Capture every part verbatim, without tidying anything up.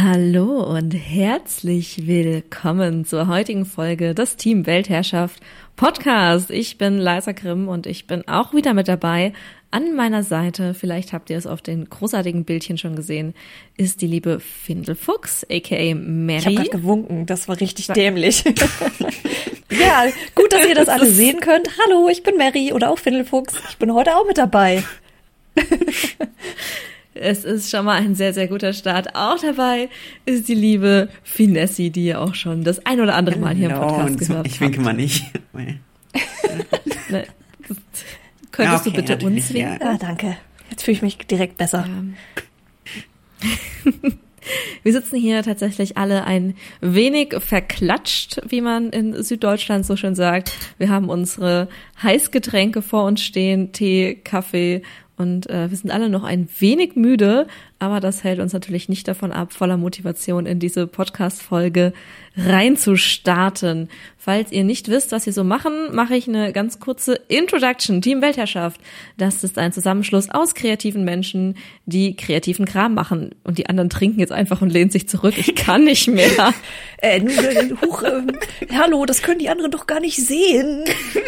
Hallo und herzlich willkommen zur heutigen Folge des Team Weltherrschaft Podcast. Ich bin Liza Grimm und ich bin auch wieder mit dabei. An meiner Seite, vielleicht habt ihr es auf den großartigen Bildchen schon gesehen, ist die liebe Findelfuchs, aka Mary. Ich habe gerade gewunken, das war richtig dämlich. Ja, gut, dass ihr das alle sehen könnt. Hallo, ich bin Mary oder auch Findelfuchs. Ich bin heute auch mit dabei. Es ist schon mal ein sehr, sehr guter Start. Auch dabei ist die liebe Finessi, die ihr auch schon das ein oder andere Mal hier im Podcast gehört habt. Ich winke mal nicht. Ne, könntest ja, okay, du bitte uns winken? Ja, danke. Jetzt fühle ich mich direkt besser. Ja. Wir sitzen hier tatsächlich alle ein wenig verklatscht, wie man in Süddeutschland so schön sagt. Wir haben unsere Heißgetränke vor uns stehen, Tee, Kaffee. Und äh, wir sind alle noch ein wenig müde, aber das hält uns natürlich nicht davon ab, voller Motivation in diese Podcast-Folge reinzustarten. Falls ihr nicht wisst, was wir so machen, mache ich eine ganz kurze Introduction. Team Weltherrschaft, das ist ein Zusammenschluss aus kreativen Menschen, die kreativen Kram machen. Und die anderen trinken jetzt einfach und lehnen sich zurück. Ich kann nicht mehr. äh, huch, äh, hallo, das können die anderen doch gar nicht sehen.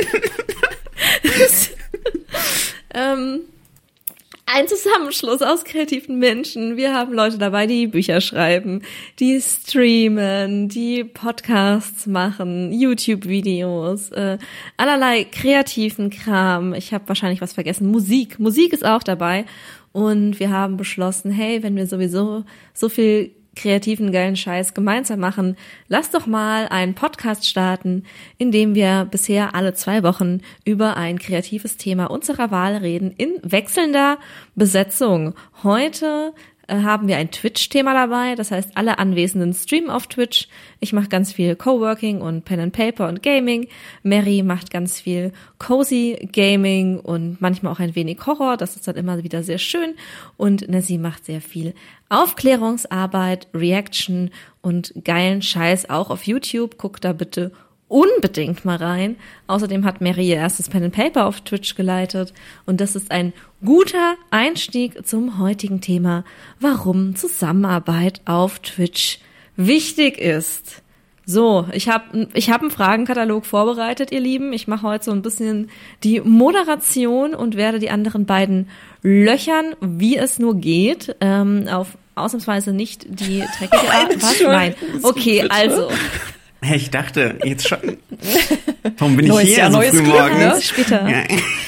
das, ähm... Ein Zusammenschluss aus kreativen Menschen. Wir haben Leute dabei, die Bücher schreiben, die streamen, die Podcasts machen, YouTube-Videos, äh, allerlei kreativen Kram. Ich habe wahrscheinlich was vergessen. Musik. Musik ist auch dabei. Und wir haben beschlossen, hey, wenn wir sowieso so viel kreativen, geilen Scheiß gemeinsam machen, lass doch mal einen Podcast starten, in dem wir bisher alle zwei Wochen über ein kreatives Thema unserer Wahl reden, in wechselnder Besetzung. Heute äh, haben wir ein Twitch-Thema dabei, das heißt, alle Anwesenden streamen auf Twitch. Ich mache ganz viel Coworking und Pen and Paper und Gaming. Mary macht ganz viel Cozy Gaming und manchmal auch ein wenig Horror, das ist dann immer wieder sehr schön. Und Nessie macht sehr viel Aufklärungsarbeit, Reaction und geilen Scheiß auch auf YouTube. Guckt da bitte unbedingt mal rein. Außerdem hat Mary ihr erstes Pen and Paper auf Twitch geleitet. Und das ist ein guter Einstieg zum heutigen Thema, warum Zusammenarbeit auf Twitch wichtig ist. So, ich habe ich hab einen Fragenkatalog vorbereitet, ihr Lieben. Ich mache heute so ein bisschen die Moderation und werde die anderen beiden löchern, wie es nur geht. Ähm, auf ausnahmsweise nicht die dreckige Art. Was? Nein. Okay, also. Ich dachte, jetzt schon. Warum bin ich neues hier Jahr, so neues früh Glück, morgens? ne? Später. Ja.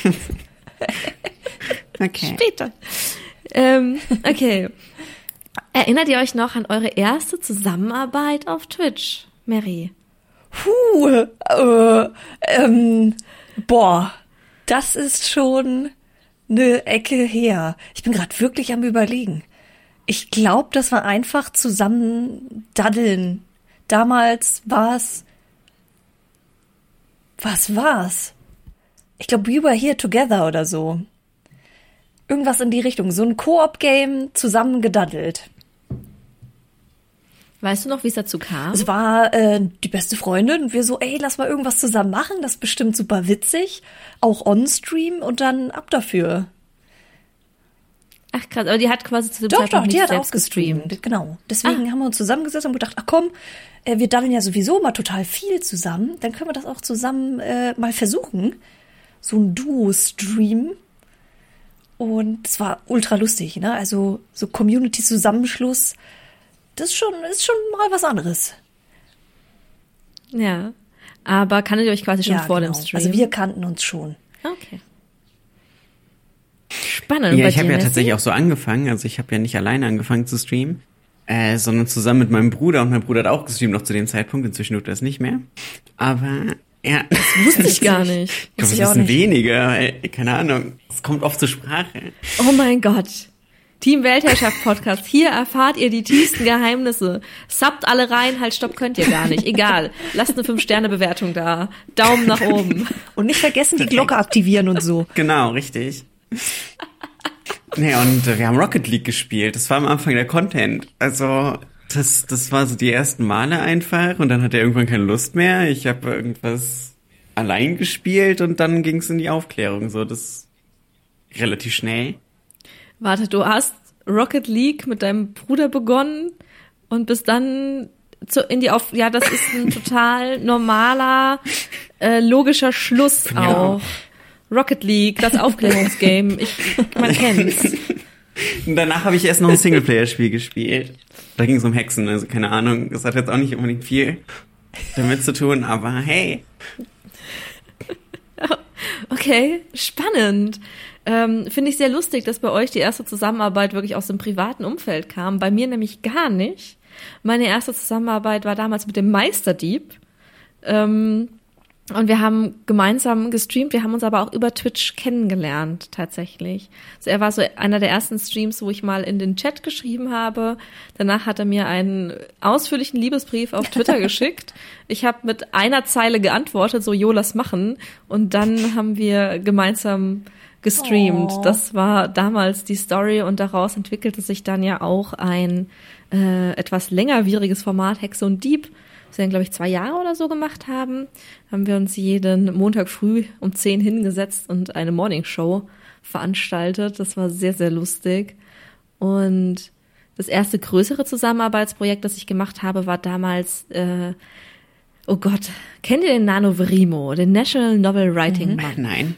Okay. Später. Ähm, okay. Erinnert ihr euch noch an eure erste Zusammenarbeit auf Twitch, Mary? Puh, äh, ähm, boah, das ist schon eine Ecke her. Ich bin gerade wirklich am Überlegen. Ich glaube, das war einfach zusammen daddeln. Damals war es, was war's? Ich glaube, We Were Here Together oder so. Irgendwas in die Richtung. So ein Koop-Game zusammen gedaddelt. Weißt du noch, wie es dazu kam? Es war äh, die beste Freundin und wir so, ey, lass mal irgendwas zusammen machen. Das ist bestimmt super witzig. Auch on-stream und dann ab dafür. Ach krass, aber die hat quasi zu dem Doch, Zeitpunkt doch, die nicht hat selbst auch gestreamt. Genau. Deswegen ah. haben wir uns zusammengesetzt und gedacht, ach komm, äh, wir daddeln ja sowieso mal total viel zusammen. Dann können wir das auch zusammen äh, mal versuchen. So ein Duo-Stream. Und es war ultra lustig, ne? Also so Community-Zusammenschluss, das ist schon, ist schon mal was anderes. Ja, aber kanntet ihr euch quasi schon ja, vor genau. dem Stream? Also wir kannten uns schon. Okay. Spannend. Ja, ich habe ja Nessie? tatsächlich auch so angefangen. Also ich habe ja nicht alleine angefangen zu streamen, äh, sondern zusammen mit meinem Bruder. Und mein Bruder hat auch gestreamt noch zu dem Zeitpunkt. Inzwischen tut er das nicht mehr. Aber ja, das wusste ich gar nicht. Ich glaube, es wissen weniger. Ey, keine Ahnung. Es kommt oft zur Sprache. Oh mein Gott. Team Weltherrschaft Podcast. Hier erfahrt ihr die tiefsten Geheimnisse. Subbt alle rein, halt stopp, könnt ihr gar nicht. Egal. Lasst eine fünf Sterne Bewertung da. Daumen nach oben. Und nicht vergessen, die Glocke aktivieren und so. Genau, richtig. Nee, und äh, wir haben Rocket League gespielt. Das war am Anfang der Content. Also das das war so die ersten Male einfach. Und dann hatte er irgendwann keine Lust mehr. Ich habe irgendwas allein gespielt und dann ging es in die Aufklärung. So, das relativ schnell. Warte, du hast Rocket League mit deinem Bruder begonnen und bist dann zu, in die auf, ja, das ist ein total normaler, äh, logischer Schluss Ja. auch. Rocket League, das Aufklärungsgame, ich, man kennt's. Und danach habe ich erst noch ein Singleplayer-Spiel gespielt. Da ging es um Hexen, also keine Ahnung, das hat jetzt auch nicht unbedingt viel damit zu tun, aber hey. Okay, spannend. Ähm, finde ich sehr lustig, dass bei euch die erste Zusammenarbeit wirklich aus dem privaten Umfeld kam. Bei mir nämlich gar nicht. Meine erste Zusammenarbeit war damals mit dem Meisterdieb. Ähm, und wir haben gemeinsam gestreamt. Wir haben uns aber auch über Twitch kennengelernt, tatsächlich. Also er war so einer der ersten Streams, wo ich mal in den Chat geschrieben habe. Danach hat er mir einen ausführlichen Liebesbrief auf Twitter geschickt. Ich habe mit einer Zeile geantwortet, so, jo, lass machen. Und dann haben wir gemeinsam gestreamt. Oh. Das war damals die Story und daraus entwickelte sich dann ja auch ein äh, etwas längerwieriges Format Hexe und Dieb, was wir dann, glaube ich, zwei Jahre oder so gemacht haben. Haben wir uns jeden Montag früh um zehn hingesetzt und eine Morningshow veranstaltet. Das war sehr, sehr lustig. Und das erste größere Zusammenarbeitsprojekt, das ich gemacht habe, war damals, äh, oh Gott, kennt ihr den NaNoWriMo, den National Novel Writing Month? Nein.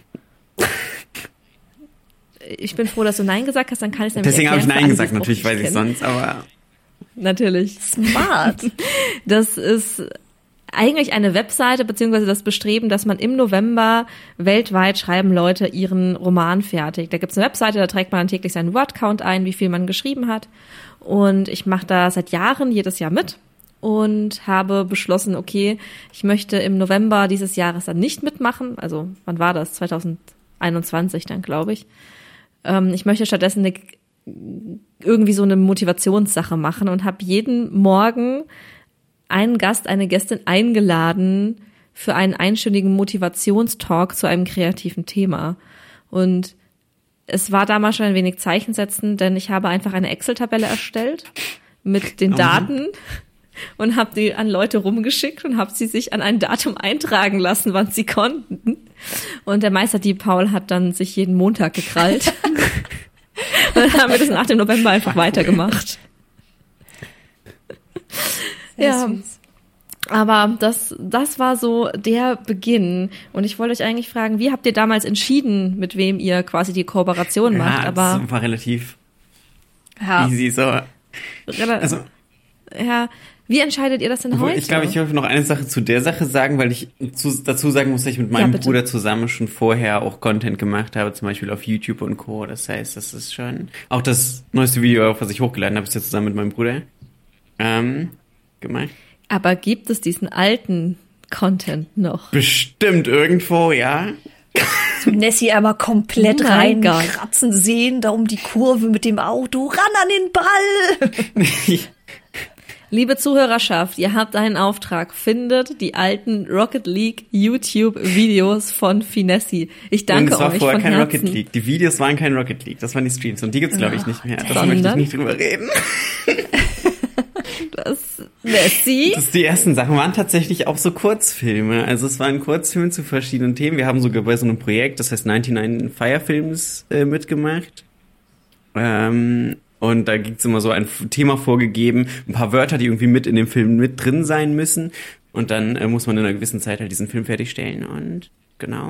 Ich bin froh, dass du Nein gesagt hast, dann kann ich es nämlich Deswegen habe ich erklären, Nein für alle, gesagt, die es natürlich auch weiß nicht ich kennen. sonst, aber Natürlich. Smart. Das ist eigentlich eine Webseite, beziehungsweise das Bestreben, dass man im November weltweit schreiben Leute ihren Roman fertig. Da gibt es eine Webseite, da trägt man dann täglich seinen Wordcount ein, wie viel man geschrieben hat. Und ich mache da seit Jahren jedes Jahr mit und habe beschlossen, okay, ich möchte im November dieses Jahres dann nicht mitmachen. Also wann war das? zwanzig einundzwanzig dann, glaube ich. Ähm, ich möchte stattdessen eine, irgendwie so eine Motivationssache machen und habe jeden Morgen einen Gast, eine Gästin eingeladen für einen einstündigen Motivationstalk zu einem kreativen Thema. Und es war damals schon ein wenig zeichensetzend, denn ich habe einfach eine Excel-Tabelle erstellt mit den Daten und habe die an Leute rumgeschickt und habe sie sich an ein Datum eintragen lassen, wann sie konnten. Und der Meisterdieb Paul hat dann sich jeden Montag gekrallt. Und dann haben wir das nach dem November einfach weitergemacht. Sehr Ja. süß. Aber das, das war so der Beginn. Und ich wollte euch eigentlich fragen, wie habt ihr damals entschieden, mit wem ihr quasi die Kooperation macht? ja, Aber das war relativ Ja. easy so. rela- Also, ja, wie entscheidet ihr das denn obwohl, heute? ich glaube, ich will noch eine Sache zu der Sache sagen, weil ich zu, dazu sagen muss, dass ich mit meinem bitte. Bruder zusammen schon vorher auch Content gemacht habe, zum Beispiel auf YouTube und Co. Das heißt, das ist schon auch das neueste Video, was ich hochgeladen habe, ist ja zusammen mit meinem Bruder ähm, gemacht. Aber gibt es diesen alten Content noch? Bestimmt irgendwo, ja. So Nessie einmal komplett Oh mein Gott. reinkratzen sehen, da um die Kurve mit dem Auto, ran an den Ball. Liebe Zuhörerschaft, ihr habt einen Auftrag. Findet die alten Rocket League YouTube-Videos von Finessi. Ich danke und es war euch vorher von kein Herzen. Rocket League. Die Videos waren kein Rocket League. Das waren die Streams. Und die gibt's, glaube ich, nicht mehr. Das Sondern? möchte ich nicht drüber reden. Das, Nessie? Das, die ersten Sachen waren tatsächlich auch so Kurzfilme. Also es waren Kurzfilme zu verschiedenen Themen. Wir haben sogar bei so einem Projekt, das heißt neunundneunzig Fire Films, äh, mitgemacht. Ähm, und da gibt's immer so ein Thema vorgegeben, ein paar Wörter, die irgendwie mit in dem Film mit drin sein müssen. Und dann äh, muss man in einer gewissen Zeit halt diesen Film fertigstellen. Und genau.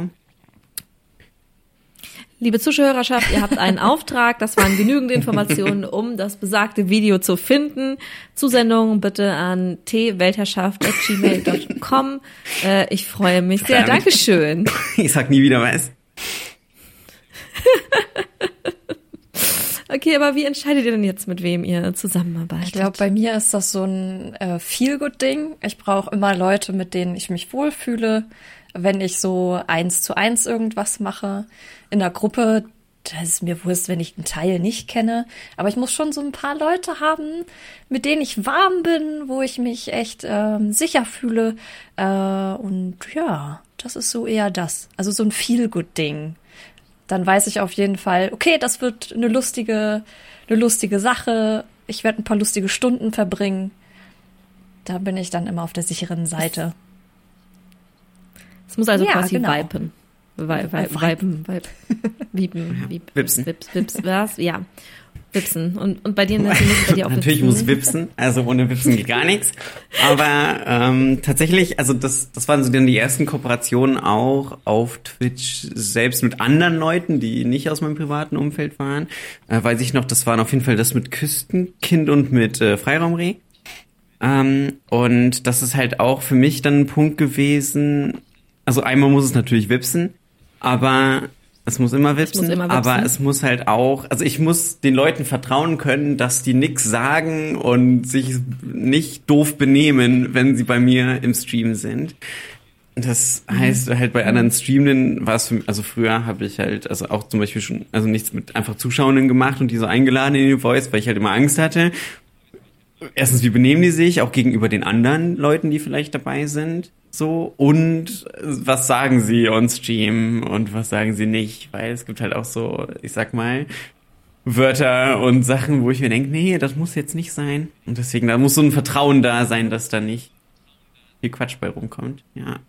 Liebe Zuschauerschaft, ihr habt einen Auftrag. Das waren genügend Informationen, um das besagte Video zu finden. Zusendung bitte an t weltherrschaft at gmail dot com. Äh, ich freue mich sehr. Verdammt. Dankeschön. Ich sag nie wieder was. Okay, aber wie entscheidet ihr denn jetzt, mit wem ihr zusammenarbeitet? Ich glaube, bei mir ist das so ein äh, Feel-Good-Ding. Ich brauche immer Leute, mit denen ich mich wohlfühle. Wenn ich so eins zu eins irgendwas mache in der Gruppe, da ist es mir wurscht, wenn ich einen Teil nicht kenne. Aber ich muss schon so ein paar Leute haben, mit denen ich warm bin, wo ich mich echt ähm, sicher fühle. Äh, und ja, das ist so eher das. Also so ein Feel-Good-Ding. Dann weiß ich auf jeden Fall, okay, das wird eine lustige, eine lustige Sache. Ich werde ein paar lustige Stunden verbringen. Da bin ich dann immer auf der sicheren Seite. Es muss also Ja, quasi genau. viben. Vibe, vibe, viben, vibe. Viben, vibe. Wipsen. Wips, wips, was? Ja. Wipsen. Und, und bei dir, Nancy, muss bei dir auch Natürlich wipsen. muss wipsen, also ohne Wipsen geht gar nichts. Aber ähm, tatsächlich, also das das waren so dann die ersten Kooperationen auch auf Twitch selbst mit anderen Leuten, die nicht aus meinem privaten Umfeld waren. Äh, weiß ich noch, das waren auf jeden Fall das mit Küstenkind und mit äh, Freiraumreh. Ähm, und das ist halt auch für mich dann ein Punkt gewesen. Also einmal muss es natürlich wipsen, aber es muss immer wipsen, muss immer wipsen. Aber es muss halt auch, also ich muss den Leuten vertrauen können, dass die nix sagen und sich nicht doof benehmen, wenn sie bei mir im Stream sind. Das heißt halt bei anderen Streamenden war es für mich, also früher habe ich halt, also auch zum Beispiel schon, also nichts mit einfach Zuschauenden gemacht und die so eingeladen in den Voice, weil ich halt immer Angst hatte. Erstens, wie benehmen die sich, auch gegenüber den anderen Leuten, die vielleicht dabei sind, so, und was sagen sie on Stream und was sagen sie nicht, weil es gibt halt auch so, ich sag mal, Wörter und Sachen, wo ich mir denke, nee, das muss jetzt nicht sein. Und deswegen, da muss so ein Vertrauen da sein, dass da nicht viel Quatsch bei rumkommt, ja.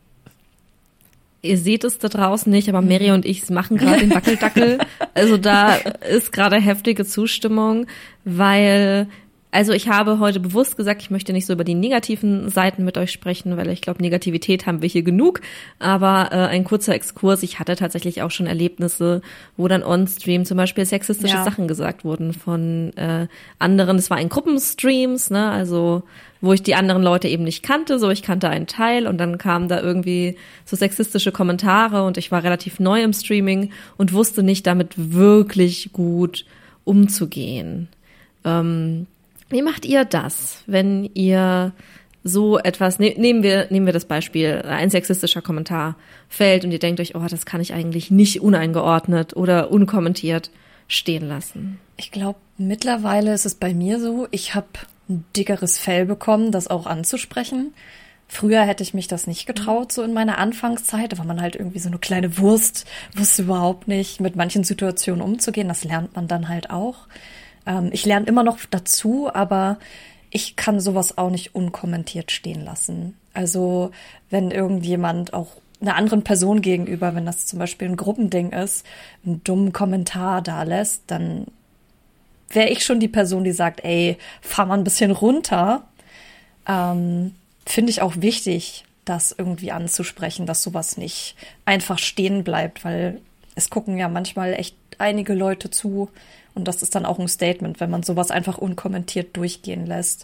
Ihr seht es da draußen nicht, aber Mary und ich machen gerade den Wackeldackel. Also da ist gerade heftige Zustimmung, weil... Also ich habe heute bewusst gesagt, ich möchte nicht so über die negativen Seiten mit euch sprechen, weil ich glaube, Negativität haben wir hier genug. Aber äh, ein kurzer Exkurs, ich hatte tatsächlich auch schon Erlebnisse, wo dann on-stream zum Beispiel sexistische ja. Sachen gesagt wurden von äh, anderen. Es war in Gruppenstreams, ne, also wo ich die anderen Leute eben nicht kannte, so ich kannte einen Teil und dann kamen da irgendwie so sexistische Kommentare und ich war relativ neu im Streaming und wusste nicht damit wirklich gut umzugehen. Ähm, Wie macht ihr das, wenn ihr so etwas, ne, nehmen wir nehmen wir das Beispiel, ein sexistischer Kommentar fällt und ihr denkt euch, oh, das kann ich eigentlich nicht uneingeordnet oder unkommentiert stehen lassen? Ich glaube, mittlerweile ist es bei mir so, ich habe ein dickeres Fell bekommen, das auch anzusprechen. Früher hätte ich mich das nicht getraut, so in meiner Anfangszeit. Da war man halt irgendwie so eine kleine Wurst, wusste überhaupt nicht, mit manchen Situationen umzugehen. Das lernt man dann halt auch. Ich lerne immer noch dazu, aber ich kann sowas auch nicht unkommentiert stehen lassen. Also wenn irgendjemand auch einer anderen Person gegenüber, wenn das zum Beispiel ein Gruppending ist, einen dummen Kommentar da lässt, dann wäre ich schon die Person, die sagt, ey, fahr mal ein bisschen runter. Ähm, finde ich auch wichtig, das irgendwie anzusprechen, dass sowas nicht einfach stehen bleibt, weil es gucken ja manchmal echt einige Leute zu. Und das ist dann auch ein Statement, wenn man sowas einfach unkommentiert durchgehen lässt.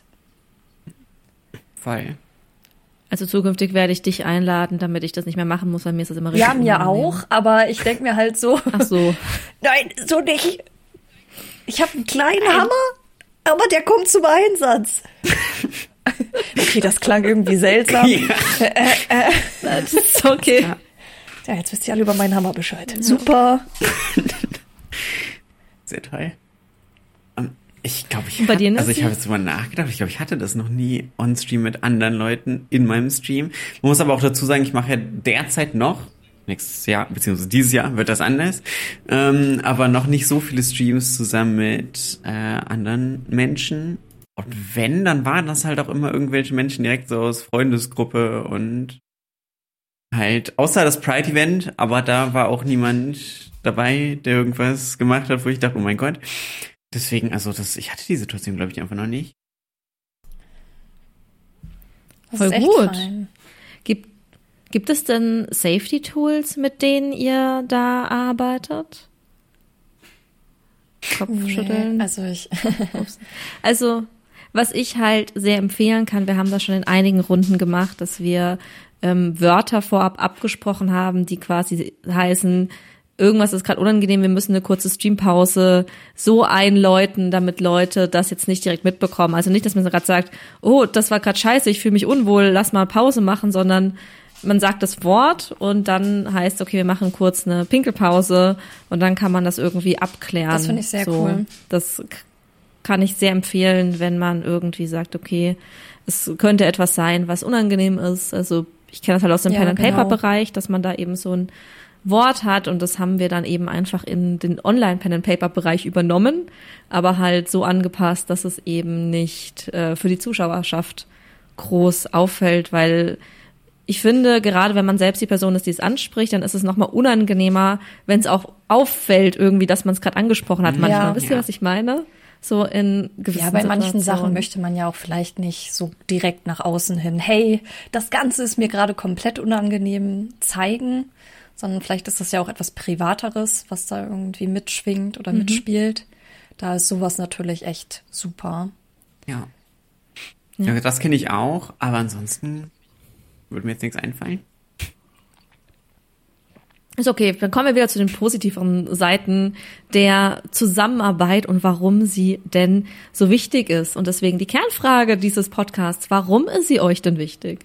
Voll. Also zukünftig werde ich dich einladen, damit ich das nicht mehr machen muss, weil mir ist das immer richtig Ja, mir auch, aber ich denke mir halt so. Ach so. Nein, so nicht. Ich habe einen kleinen Nein. Hammer, aber der kommt zum Einsatz. Okay, das klang irgendwie seltsam. Ja. Äh, äh, das ist okay. Ja. Ja, jetzt wisst ihr alle über meinen Hammer Bescheid. Super. Sehr toll. Ich glaube, ich, Bei dir, also ich habe jetzt drüber nachgedacht. Ich glaube, ich hatte das noch nie on-stream mit anderen Leuten in meinem Stream. Man muss aber auch dazu sagen, ich mache ja derzeit noch, nächstes Jahr, beziehungsweise dieses Jahr wird das anders, ähm, aber noch nicht so viele Streams zusammen mit äh, anderen Menschen. Und wenn, dann waren das halt auch immer irgendwelche Menschen direkt so aus Freundesgruppe und halt, außer das Pride-Event, aber da war auch niemand dabei, der irgendwas gemacht hat, wo ich dachte, oh mein Gott. Deswegen, also das, ich hatte die Situation, glaube ich, einfach noch nicht. Das Voll gut. Gibt, gibt es denn Safety-Tools, mit denen ihr da arbeitet? Kopfschütteln? Nee, also ich... also, was ich halt sehr empfehlen kann, wir haben das schon in einigen Runden gemacht, dass wir ähm, Wörter vorab abgesprochen haben, die quasi heißen, irgendwas ist gerade unangenehm, wir müssen eine kurze Streampause so einläuten, damit Leute das jetzt nicht direkt mitbekommen. Also nicht, dass man gerade sagt, oh, das war gerade scheiße, ich fühle mich unwohl, lass mal Pause machen, sondern man sagt das Wort und dann heißt, okay, wir machen kurz eine Pinkelpause und dann kann man das irgendwie abklären. Das finde ich sehr so, cool. Das kann ich sehr empfehlen, wenn man irgendwie sagt, okay, es könnte etwas sein, was unangenehm ist. Also ich kenne das halt aus dem ja, Pen-and-Paper-Bereich, dass man da eben so ein Wort hat und das haben wir dann eben einfach in den Online-Pen-and-Paper-Bereich übernommen, aber halt so angepasst, dass es eben nicht äh, für die Zuschauerschaft groß auffällt, weil ich finde, gerade wenn man selbst die Person ist, die es anspricht, dann ist es nochmal unangenehmer, wenn es auch auffällt irgendwie, dass man es gerade angesprochen hat manchmal. Ja. Wisst ihr, Ja. was ich meine? So in gewissen Ja, bei manchen Situationen. Sachen möchte man ja auch vielleicht nicht so direkt nach außen hin, hey, das Ganze ist mir gerade komplett unangenehm, zeigen, sondern vielleicht ist das ja auch etwas Privateres, was da irgendwie mitschwingt oder mhm. mitspielt. Da ist sowas natürlich echt super. Ja. Ja, das kenne ich auch, aber ansonsten würde mir jetzt nichts einfallen. Ist okay, dann kommen wir wieder zu den positiveren Seiten der Zusammenarbeit und warum sie denn so wichtig ist. Und deswegen die Kernfrage dieses Podcasts, warum ist sie euch denn wichtig?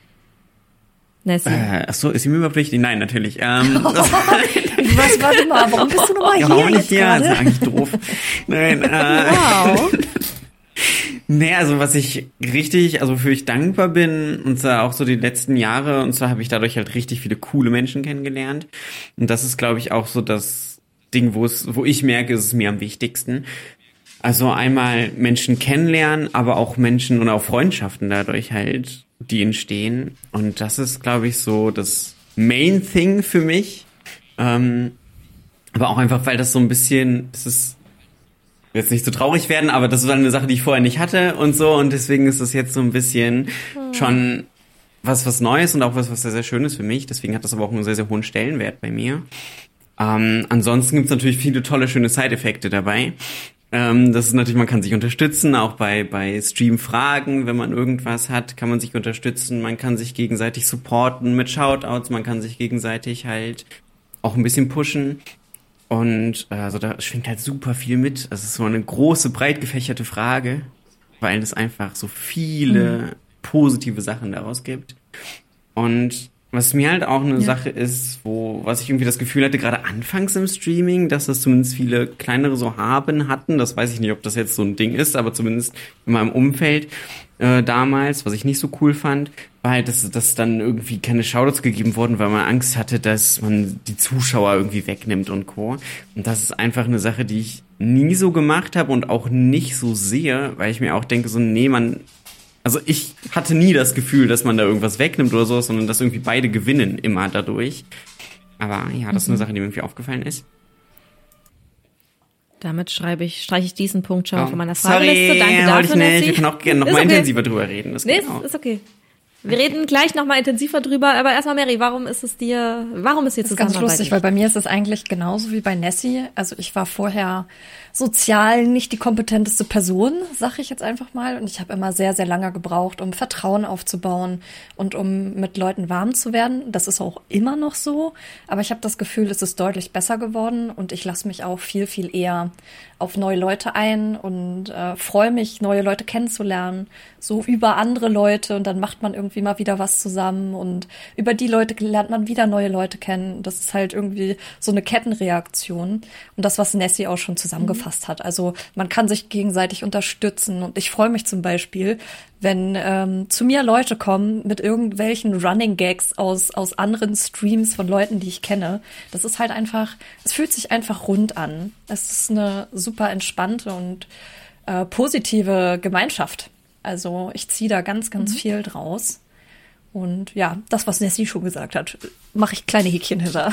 Nessie. Äh, ach so, ist sie mir überhaupt wichtig? Nein, natürlich. Ähm, Oh, was, warte mal, warum bist du nochmal hier? ja, warum nicht jetzt hier? Das ist gerade? eigentlich doof. Nein, äh, Wow. Nee, also was ich richtig, also wofür ich dankbar bin, und zwar auch so die letzten Jahre, und zwar habe ich dadurch halt richtig viele coole Menschen kennengelernt. Und das ist, glaube ich, auch so das Ding, wo es, wo ich merke, ist es mir am wichtigsten. Also einmal Menschen kennenlernen, aber auch Menschen und auch Freundschaften dadurch halt, die entstehen. Und das ist, glaube ich, so das Main Thing für mich. Ähm, aber auch einfach, weil das so ein bisschen, es ist jetzt nicht so traurig werden, aber das war eine Sache, die ich vorher nicht hatte und so, und deswegen ist das jetzt so ein bisschen hm. schon was was Neues und auch was was sehr, sehr Schönes für mich, deswegen hat das aber auch einen sehr, sehr hohen Stellenwert bei mir. Ähm, ansonsten gibt's natürlich viele tolle, schöne Side-Effekte dabei. Ähm, das ist natürlich, man kann sich unterstützen, auch bei bei Stream-Fragen, wenn man irgendwas hat, kann man sich unterstützen, man kann sich gegenseitig supporten mit Shoutouts, man kann sich gegenseitig halt auch ein bisschen pushen. Und also da schwingt halt super viel mit. Es ist so eine große, breit gefächerte Frage, weil es einfach so viele mhm. positive Sachen daraus gibt. Und was mir halt auch eine ja. Sache ist, wo was ich irgendwie das Gefühl hatte, gerade anfangs im Streaming, dass das zumindest viele kleinere so haben, hatten. Das weiß ich nicht, ob das jetzt so ein Ding ist, aber zumindest in meinem Umfeld äh, damals, was ich nicht so cool fand, war halt, dass, dass dann irgendwie keine Shoutouts gegeben wurden, weil man Angst hatte, dass man die Zuschauer irgendwie wegnimmt und Co. Und das ist einfach eine Sache, die ich nie so gemacht habe und auch nicht so sehe, weil ich mir auch denke, so, nee, man, also ich hatte nie das Gefühl, dass man da irgendwas wegnimmt oder so, sondern dass irgendwie beide gewinnen immer dadurch. Aber ja, das mhm. ist eine Sache, die mir irgendwie aufgefallen ist. Damit schreibe ich, streiche ich diesen Punkt schon oh, von meiner sorry, Frageliste. Danke dafür, ich nicht. Nessie. Wir können auch gerne noch ist mal okay. intensiver drüber reden. Das nee, ist, ist okay. Wir reden gleich noch mal intensiver drüber, aber erstmal Mary, warum ist es dir, warum ist dir Das ist ganz Zusammenarbeit lustig, weil bei mir ist es eigentlich genauso wie bei Nessie. Also ich war vorher sozial nicht die kompetenteste Person, sag ich jetzt einfach mal. Und ich habe immer sehr, sehr lange gebraucht, um Vertrauen aufzubauen und um mit Leuten warm zu werden. Das ist auch immer noch so. Aber ich habe das Gefühl, es ist deutlich besser geworden und ich lasse mich auch viel, viel eher auf neue Leute ein und äh, freue mich, neue Leute kennenzulernen, so über andere Leute, und dann macht man irgendwie mal wieder was zusammen und über die Leute lernt man wieder neue Leute kennen. Das ist halt irgendwie so eine Kettenreaktion und das, was Nessie auch schon zusammengefasst mhm. hat. Also man kann sich gegenseitig unterstützen und ich freue mich zum Beispiel, wenn ähm, zu mir Leute kommen mit irgendwelchen Running Gags aus aus anderen Streams von Leuten, die ich kenne. Das ist halt einfach, es fühlt sich einfach rund an. Es ist eine super entspannte und äh, positive Gemeinschaft. Also ich ziehe da ganz, ganz mhm. viel draus. Und ja, das, was Nessie schon gesagt hat, mache ich kleine Häkchen hinter.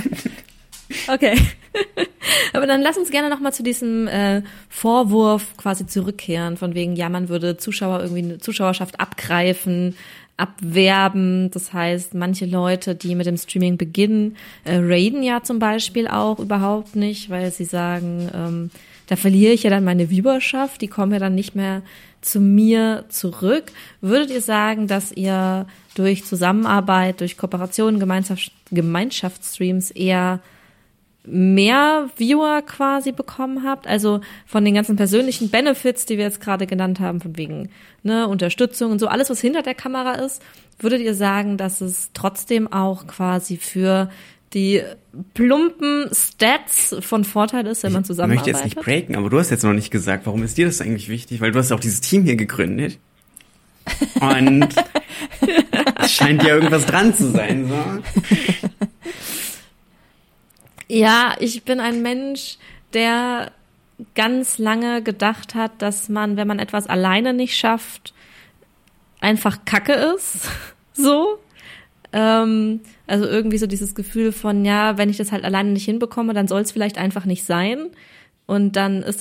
Okay. Aber dann lass uns gerne noch mal zu diesem äh, Vorwurf quasi zurückkehren, von wegen, ja, man würde Zuschauer irgendwie eine Zuschauerschaft abgreifen, abwerben. Das heißt, manche Leute, die mit dem Streaming beginnen, äh, raiden ja zum Beispiel auch überhaupt nicht, weil sie sagen, ähm, da verliere ich ja dann meine Viewerschaft, die kommen ja dann nicht mehr zu mir zurück. Würdet ihr sagen, dass ihr durch Zusammenarbeit, durch Kooperation, Gemeinschaft, Gemeinschaftsstreams eher mehr Viewer quasi bekommen habt? Also von den ganzen persönlichen Benefits, die wir jetzt gerade genannt haben, von wegen ne, Unterstützung und so, alles, was hinter der Kamera ist, würdet ihr sagen, dass es trotzdem auch quasi für die plumpen Stats von Vorteil ist, wenn man zusammenarbeitet? Ich möchte jetzt nicht breaken, aber du hast jetzt noch nicht gesagt, warum ist dir das eigentlich wichtig? Weil du hast auch dieses Team hier gegründet. Und es scheint ja irgendwas dran zu sein, so. Ja, ich bin ein Mensch, der ganz lange gedacht hat, dass man, wenn man etwas alleine nicht schafft, einfach Kacke ist. So. Ähm, also irgendwie so dieses Gefühl von, ja, wenn ich das halt alleine nicht hinbekomme, dann soll es vielleicht einfach nicht sein. Und dann ist es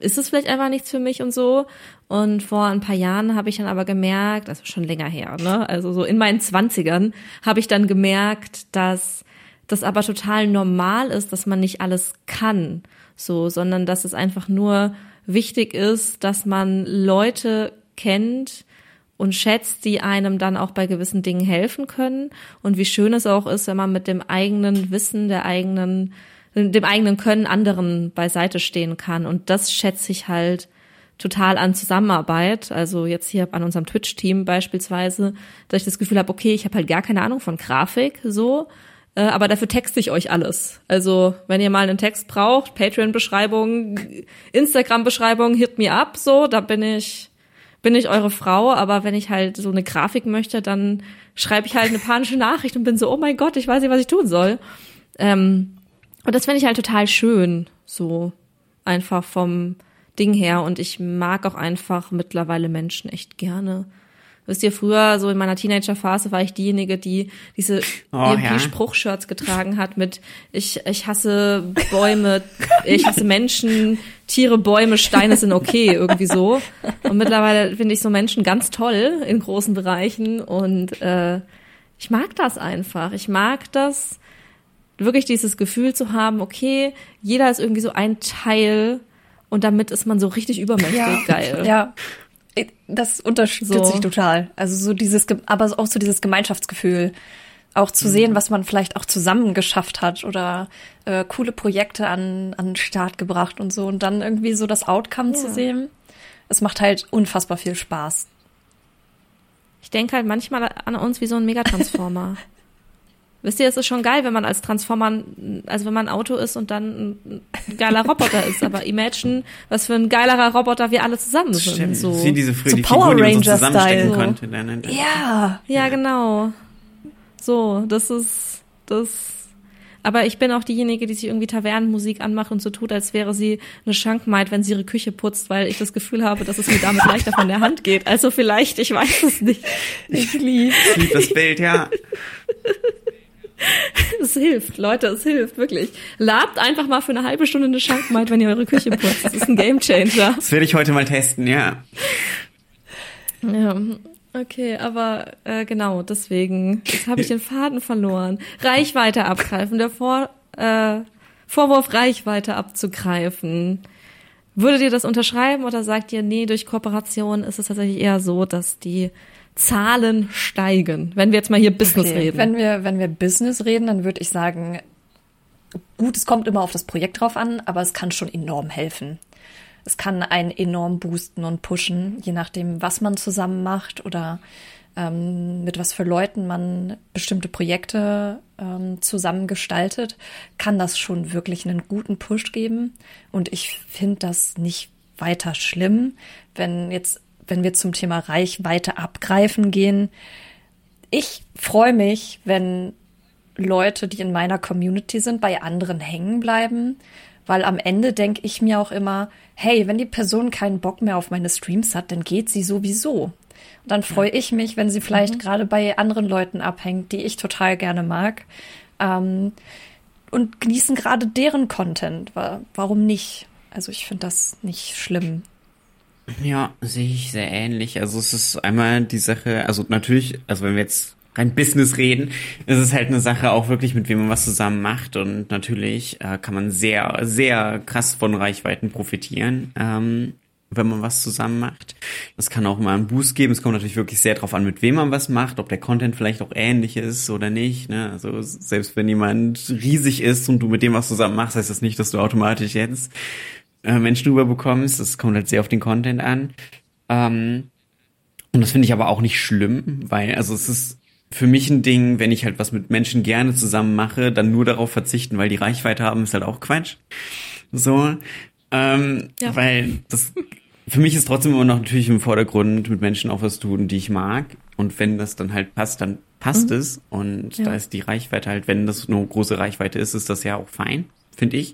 ist es vielleicht einfach nichts für mich und so. Und vor ein paar Jahren habe ich dann aber gemerkt, also schon länger her, ne, also so in meinen Zwanzigern habe ich dann gemerkt, dass das aber total normal ist, dass man nicht alles kann, so, sondern dass es einfach nur wichtig ist, dass man Leute kennt und schätzt, die einem dann auch bei gewissen Dingen helfen können. Und wie schön es auch ist, wenn man mit dem eigenen Wissen, der eigenen, dem eigenen Können anderen beiseite stehen kann. Und das schätze ich halt total an Zusammenarbeit. Also jetzt hier an unserem Twitch-Team beispielsweise, dass ich das Gefühl habe, okay, ich habe halt gar keine Ahnung von Grafik, so, äh, aber dafür texte ich euch alles. Also wenn ihr mal einen Text braucht, Patreon-Beschreibung, Instagram-Beschreibung, hit me up, so, da bin ich bin ich eure Frau, aber wenn ich halt so eine Grafik möchte, dann schreibe ich halt eine panische Nachricht und bin so, oh mein Gott, ich weiß nicht, was ich tun soll. Ähm, und das finde ich halt total schön, so einfach vom Ding her. Und ich mag auch einfach mittlerweile Menschen echt gerne. Wisst ihr, früher, so in meiner Teenager-Phase, war ich diejenige, die diese oh, E M P-Spruchshirts getragen hat mit ich ich hasse Bäume, ich hasse Menschen, Tiere, Bäume, Steine sind okay, irgendwie so. Und mittlerweile finde ich so Menschen ganz toll in großen Bereichen und äh, ich mag das einfach. Ich mag das, wirklich dieses Gefühl zu haben, okay, jeder ist irgendwie so ein Teil und damit ist man so richtig übermächtig Ja, geil. ja. Das unterstütze So. ich total. Also so dieses, Ge- aber auch so dieses Gemeinschaftsgefühl. Auch zu sehen, was man vielleicht auch zusammen geschafft hat oder äh, coole Projekte an, an den Start gebracht und so. Und dann irgendwie so das Outcome Ja. zu sehen. Es macht halt unfassbar viel Spaß. Ich denke halt manchmal an uns wie so ein Megatransformer. Wisst ihr, es ist schon geil, wenn man als Transformer, also wenn man ein Auto ist und dann ein geiler Roboter ist. Aber imagine, was für ein geilerer Roboter wir alle zusammen sind. Stimmt. So. Das sind diese früher so die Power Figuren, die man so Ranger-Style. zusammenstecken So. konnte. Dann, dann. Ja. Ja, genau. So, das ist das. Aber ich bin auch diejenige, die sich irgendwie Tavernenmusik anmacht und so tut, als wäre sie eine Schankmaid, wenn sie ihre Küche putzt, weil ich das Gefühl habe, dass es mir damit leichter von der Hand geht. Also vielleicht, ich weiß es nicht. Ich liebe. Ich liebe das Bild, ja. Es hilft, Leute, es hilft, wirklich. Labt einfach mal für eine halbe Stunde eine Schankmaid, wenn ihr eure Küche putzt. Das ist ein Gamechanger. Das werde ich heute mal testen, ja. Ja, okay, aber äh, genau, deswegen, jetzt habe ich den Faden verloren. Reichweite abgreifen, der Vor, äh, Vorwurf, Reichweite abzugreifen. Würdet ihr das unterschreiben oder sagt ihr, nee, durch Kooperation ist es tatsächlich eher so, dass die Zahlen steigen, wenn wir jetzt mal hier Business Okay. reden? Wenn wir, wenn wir Business reden, dann würde ich sagen, gut, es kommt immer auf das Projekt drauf an, aber es kann schon enorm helfen. Es kann einen enorm boosten und pushen, je nachdem, was man zusammen macht oder ähm, mit was für Leuten man bestimmte Projekte ähm, zusammen gestaltet, kann das schon wirklich einen guten Push geben. Und ich finde das nicht weiter schlimm, wenn jetzt wenn wir zum Thema Reichweite abgreifen gehen. Ich freue mich, wenn Leute, die in meiner Community sind, bei anderen hängen bleiben, weil am Ende denke ich mir auch immer, hey, wenn die Person keinen Bock mehr auf meine Streams hat, dann geht sie sowieso. Und dann freue ich mich, wenn sie vielleicht mhm. gerade bei anderen Leuten abhängt, die ich total gerne mag, ähm, und genießen gerade deren Content. Warum nicht? Also ich finde das nicht schlimm. Ja, sehe ich sehr ähnlich. Also es ist einmal die Sache, also natürlich, also wenn wir jetzt rein Business reden, ist es halt eine Sache auch wirklich, mit wem man was zusammen macht und natürlich äh, kann man sehr, sehr krass von Reichweiten profitieren, ähm, wenn man was zusammen macht. Das kann auch immer einen Boost geben. Es kommt natürlich wirklich sehr drauf an, mit wem man was macht, ob der Content vielleicht auch ähnlich ist oder nicht. Ne? Also selbst wenn jemand riesig ist und du mit dem was zusammen machst, heißt das nicht, dass du automatisch jetzt Menschen rüberbekommst. Das kommt halt sehr auf den Content an. Ähm, und das finde ich aber auch nicht schlimm, weil, also es ist für mich ein Ding, wenn ich halt was mit Menschen gerne zusammen mache, dann nur darauf verzichten, weil die Reichweite haben, ist halt auch Quatsch. So, ähm, ja. Weil das, für mich ist trotzdem immer noch natürlich im Vordergrund, mit Menschen auch was tun, die ich mag. Und wenn das dann halt passt, dann passt mhm. es. Und ja. da ist die Reichweite halt, wenn das eine große Reichweite ist, ist das ja auch fein, finde ich.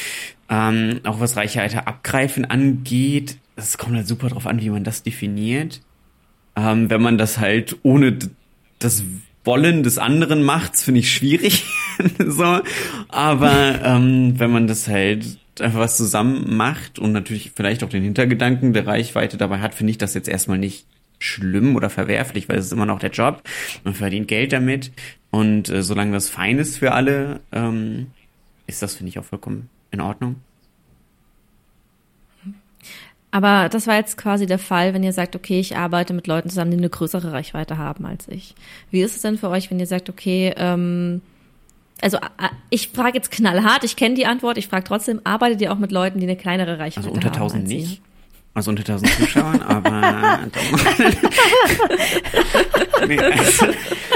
Ähm, auch was Reichweite abgreifen angeht, es kommt halt super drauf an, wie man das definiert. Ähm, wenn man das halt ohne d- das Wollen des anderen macht, finde ich schwierig. so, aber ähm, wenn man das halt einfach was zusammen macht und natürlich vielleicht auch den Hintergedanken der Reichweite dabei hat, finde ich das jetzt erstmal nicht schlimm oder verwerflich, weil es ist immer noch der Job. Man verdient Geld damit und äh, solange das fein ist für alle, ähm, ist das, finde ich, auch vollkommen in Ordnung. Aber das war jetzt quasi der Fall, wenn ihr sagt, okay, ich arbeite mit Leuten zusammen, die eine größere Reichweite haben als ich. Wie ist es denn für euch, wenn ihr sagt, okay, ähm, also ich frage jetzt knallhart, ich kenne die Antwort, ich frage trotzdem, arbeitet ihr auch mit Leuten, die eine kleinere Reichweite haben? Also unter tausend als nicht. ihr? Also unter tausend Zuschauern, aber nee, also,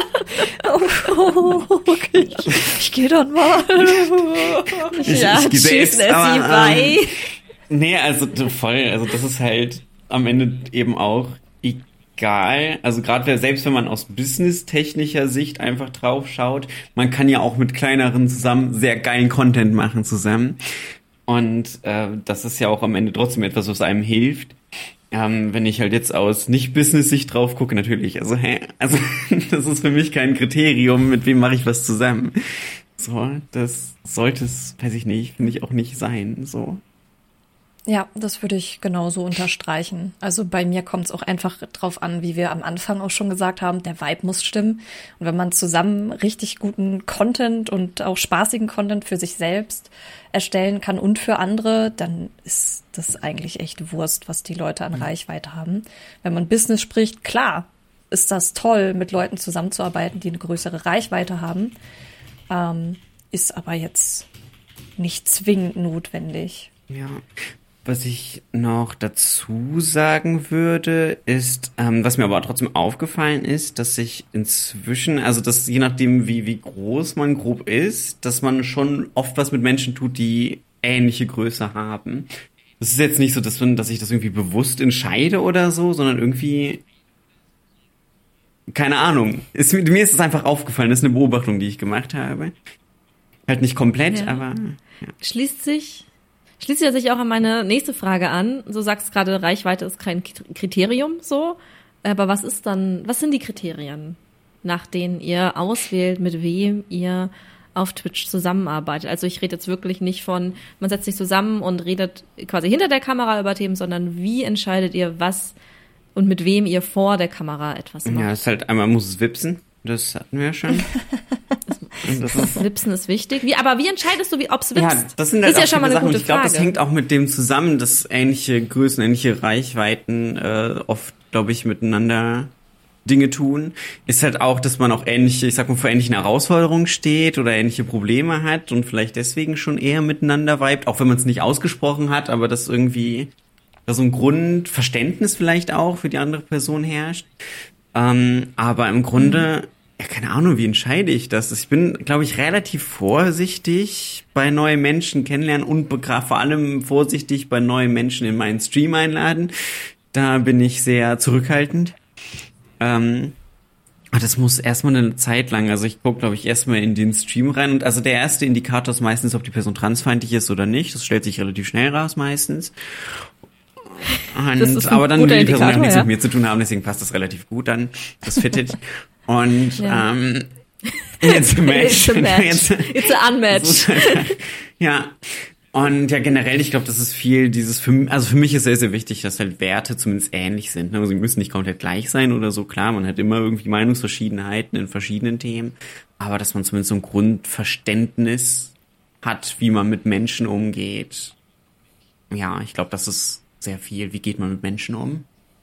Oh, okay. Ich, ich gehe dann mal. ich, Ja, ich gehe tschüss, selbst, Nessie, aber, bye. ähm, nee, also voll, also das ist halt am Ende eben auch egal. Also gerade selbst wenn man aus businesstechnischer Sicht einfach drauf schaut, man kann ja auch mit kleineren zusammen sehr geilen Content machen zusammen. Und äh, das ist ja auch am Ende trotzdem etwas, was einem hilft. Ähm, wenn ich halt jetzt aus Nicht-Business-Sicht drauf gucke, natürlich. Also, hä? Also, das ist für mich kein Kriterium, mit wem mache ich was zusammen. So, das sollte es, weiß ich nicht, finde ich auch nicht sein, so. Ja, das würde ich genauso unterstreichen. Also bei mir kommt es auch einfach drauf an, wie wir am Anfang auch schon gesagt haben, der Vibe muss stimmen. Und wenn man zusammen richtig guten Content und auch spaßigen Content für sich selbst erstellen kann und für andere, dann ist das eigentlich echt Wurst, was die Leute an Reichweite haben. Wenn man Business spricht, klar, ist das toll, mit Leuten zusammenzuarbeiten, die eine größere Reichweite haben, ähm, ist aber jetzt nicht zwingend notwendig. Ja. Was ich noch dazu sagen würde, ist, ähm, was mir aber trotzdem aufgefallen ist, dass sich inzwischen, also dass je nachdem, wie, wie groß man grob ist, dass man schon oft was mit Menschen tut, die ähnliche Größe haben. Das ist jetzt nicht so, dass, man, dass ich das irgendwie bewusst entscheide oder so, sondern irgendwie, keine Ahnung. Ist, mir ist es einfach aufgefallen, das ist eine Beobachtung, die ich gemacht habe. Halt nicht komplett, Ja. aber ja. Schließt sich Schließt ja sich auch an meine nächste Frage an. So sagst du gerade, Reichweite ist kein Kriterium, so. Aber was ist dann, was sind die Kriterien, nach denen ihr auswählt, mit wem ihr auf Twitch zusammenarbeitet? Also ich rede jetzt wirklich nicht von, man setzt sich zusammen und redet quasi hinter der Kamera über Themen, sondern wie entscheidet ihr, was und mit wem ihr vor der Kamera etwas macht? Ja, es ist halt, einmal muss es wipsen. Das hatten wir ja schon. Das ist, Wipsen ist wichtig. Wie, aber wie entscheidest du, wie ob's wipst? Ja, das sind halt ist ja auch schon mal eine Sachen. gute Ich glaube, Frage. das hängt auch mit dem zusammen, dass ähnliche Größen, ähnliche Reichweiten äh, oft, glaube ich, miteinander Dinge tun. Ist halt auch, dass man auch ähnliche, ich sag mal, vor ähnlichen Herausforderungen steht oder ähnliche Probleme hat und vielleicht deswegen schon eher miteinander vibet, auch wenn man es nicht ausgesprochen hat, aber dass irgendwie da so ein Grundverständnis vielleicht auch für die andere Person herrscht. Ähm, aber im Grunde, ja, keine Ahnung, wie entscheide ich das? Ich bin, glaube ich, relativ vorsichtig bei neuen Menschen kennenlernen und vor allem vorsichtig bei neuen Menschen in meinen Stream einladen. Da bin ich sehr zurückhaltend. Ähm, aber das muss erstmal eine Zeit lang, also ich gucke, glaube ich, erstmal in den Stream rein und also der erste Indikator ist meistens, ob die Person transfeindlich ist oder nicht. Das stellt sich relativ schnell raus meistens. Und, das ist ein aber dann guter will die Person Indikator, auch nichts ja. mit mir zu tun haben, deswegen passt das relativ gut dann. Das fittet. Und Ja. ähm, jetzt a match. It's a match. Jetzt, It's a unmatch. ja. Und ja, generell, ich glaube, das ist viel dieses, für, also für mich ist sehr, sehr wichtig, dass halt Werte zumindest ähnlich sind. Also sie müssen nicht komplett gleich sein oder so. Klar, man hat immer irgendwie Meinungsverschiedenheiten in verschiedenen Themen. Aber dass man zumindest so ein Grundverständnis hat, wie man mit Menschen umgeht. Ja, ich glaube, das ist sehr viel. Wie geht man mit Menschen um?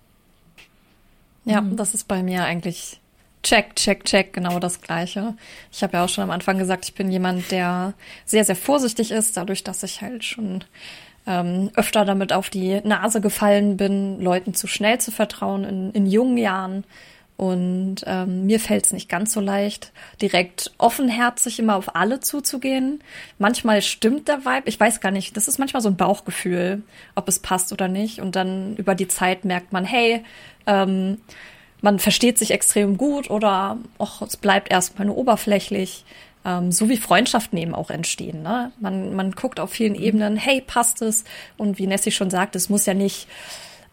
Ja, das ist bei mir eigentlich check, check, check, genau das Gleiche. Ich habe ja auch schon am Anfang gesagt, ich bin jemand, der sehr, sehr vorsichtig ist, dadurch, dass ich halt schon ähm, öfter damit auf die Nase gefallen bin, Leuten zu schnell zu vertrauen in, in jungen Jahren. Und ähm, mir fällt es nicht ganz so leicht, direkt offenherzig immer auf alle zuzugehen. Manchmal stimmt der Vibe, ich weiß gar nicht, das ist manchmal so ein Bauchgefühl, ob es passt oder nicht. Und dann über die Zeit merkt man, hey, ähm, man versteht sich extrem gut oder och, es bleibt erstmal nur oberflächlich. Ähm, so wie Freundschaften eben auch entstehen. Ne? Man, man guckt auf vielen Ebenen, hey, passt es? Und wie Nessie schon sagt, es muss ja nicht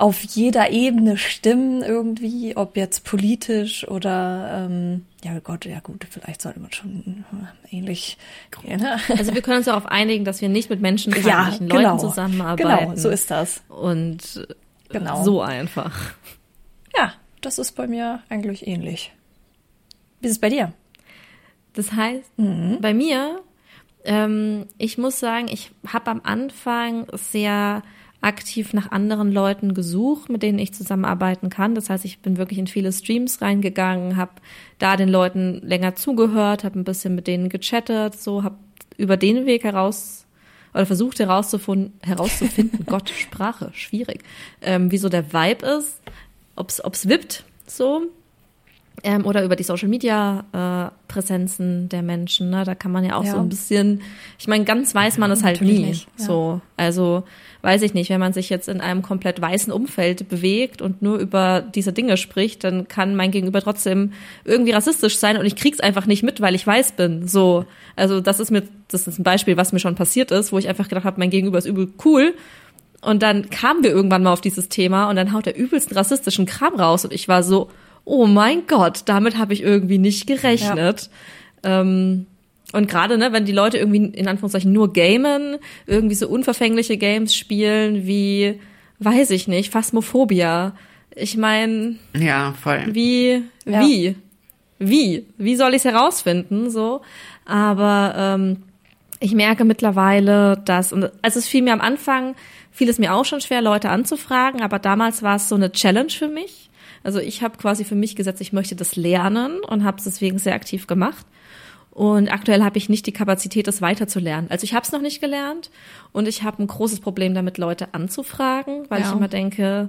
auf jeder Ebene stimmen irgendwie, ob jetzt politisch oder, ähm, ja Gott, ja gut, vielleicht sollte man schon ähnlich. Ja, ne? Also wir können uns darauf einigen, dass wir nicht mit menschenfeindlichen ja, genau, Leuten zusammenarbeiten. Genau, so ist das. Und genau. so einfach. Ja, das ist bei mir eigentlich ähnlich. Wie ist es bei dir? Das heißt, mhm. bei mir, ähm, ich muss sagen, ich habe am Anfang sehr aktiv nach anderen Leuten gesucht, mit denen ich zusammenarbeiten kann. Das heißt, ich bin wirklich in viele Streams reingegangen, habe da den Leuten länger zugehört, habe ein bisschen mit denen gechattet, so habe über den Weg heraus oder versucht herauszufinden, herauszufinden, Gott, Sprache, schwierig, ähm, wie so der Vibe ist, ob's ob's wippt, so. Ähm, oder über die Social-Media-Präsenzen äh, der Menschen, ne? Da kann man ja auch ja. so ein bisschen, ich meine, ganz weiß man es ja, halt nie. Nicht, ja. So, also weiß ich nicht, wenn man sich jetzt in einem komplett weißen Umfeld bewegt und nur über diese Dinge spricht, dann kann mein Gegenüber trotzdem irgendwie rassistisch sein und ich krieg's einfach nicht mit, weil ich weiß bin. So, also das ist mir, das ist ein Beispiel, was mir schon passiert ist, wo ich einfach gedacht habe, mein Gegenüber ist übel cool. Und dann kamen wir irgendwann mal auf dieses Thema und dann haut der übelsten rassistischen Kram raus und ich war so, oh mein Gott, damit habe ich irgendwie nicht gerechnet. Ja. Ähm, und gerade, ne, wenn die Leute irgendwie in Anführungszeichen nur gamen, irgendwie so unverfängliche Games spielen wie, weiß ich nicht, Phasmophobia. Ich meine, ja, voll. Wie, ja. wie, wie, wie soll ich es herausfinden? So, aber ähm, ich merke mittlerweile, dass, und also es fiel mir am Anfang, fiel es mir auch schon schwer, Leute anzufragen, aber damals war es so eine Challenge für mich. Also ich habe quasi für mich gesetzt, ich möchte das lernen und habe es deswegen sehr aktiv gemacht. Und aktuell habe ich nicht die Kapazität, das weiterzulernen. Also ich habe es noch nicht gelernt und ich habe ein großes Problem damit, Leute anzufragen, weil ja. ich immer denke,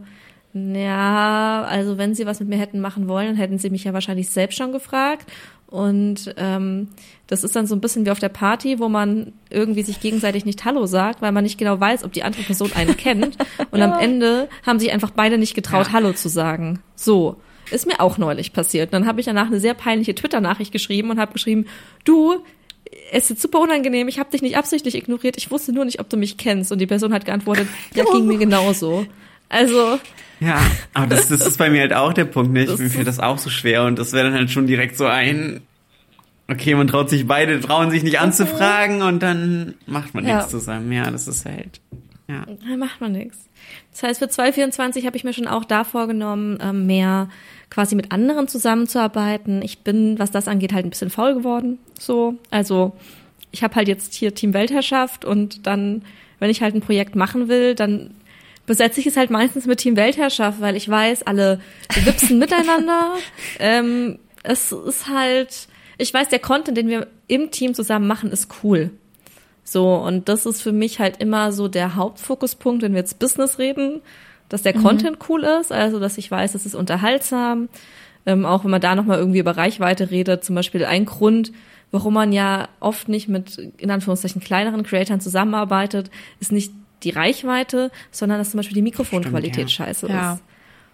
ja, also wenn sie was mit mir hätten machen wollen, dann hätten sie mich ja wahrscheinlich selbst schon gefragt. Und ähm, das ist dann so ein bisschen wie auf der Party, wo man irgendwie sich gegenseitig nicht Hallo sagt, weil man nicht genau weiß, ob die andere Person einen kennt. Und ja. am Ende haben sich einfach beide nicht getraut, ja. Hallo zu sagen. So, ist mir auch neulich passiert. Und dann habe ich danach eine sehr peinliche Twitter-Nachricht geschrieben und habe geschrieben, du, es ist super unangenehm, ich habe dich nicht absichtlich ignoriert, ich wusste nur nicht, ob du mich kennst. Und die Person hat geantwortet, ja, ging mir genauso. Also... Ja, aber das, das ist bei mir halt auch der Punkt, nicht? Mir fällt das auch so schwer und das wäre dann halt schon direkt so ein, okay, man traut sich, beide trauen sich nicht anzufragen und dann macht man ja. nichts zusammen. Ja, das ist halt, ja. Da macht man nichts. Das heißt, für zwanzig vierundzwanzig habe ich mir schon auch da vorgenommen, mehr quasi mit anderen zusammenzuarbeiten. Ich bin, was das angeht, halt ein bisschen faul geworden, so. Also, ich habe halt jetzt hier Team Weltherrschaft und dann, wenn ich halt ein Projekt machen will, dann besetze ich es halt meistens mit Team Weltherrschaft, weil ich weiß, alle wipsen miteinander. Ähm, es ist halt, ich weiß, der Content, den wir im Team zusammen machen, ist cool. So, und das ist für mich halt immer so der Hauptfokuspunkt, wenn wir jetzt Business reden, dass der mhm. Content cool ist, also dass ich weiß, es ist unterhaltsam. Ähm, auch wenn man da nochmal irgendwie über Reichweite redet, zum Beispiel ein Grund, warum man ja oft nicht mit, in Anführungszeichen, kleineren Creatoren zusammenarbeitet, ist nicht die Reichweite, sondern dass zum Beispiel die Mikrofonqualität Stimmt, ja. scheiße ja. ist.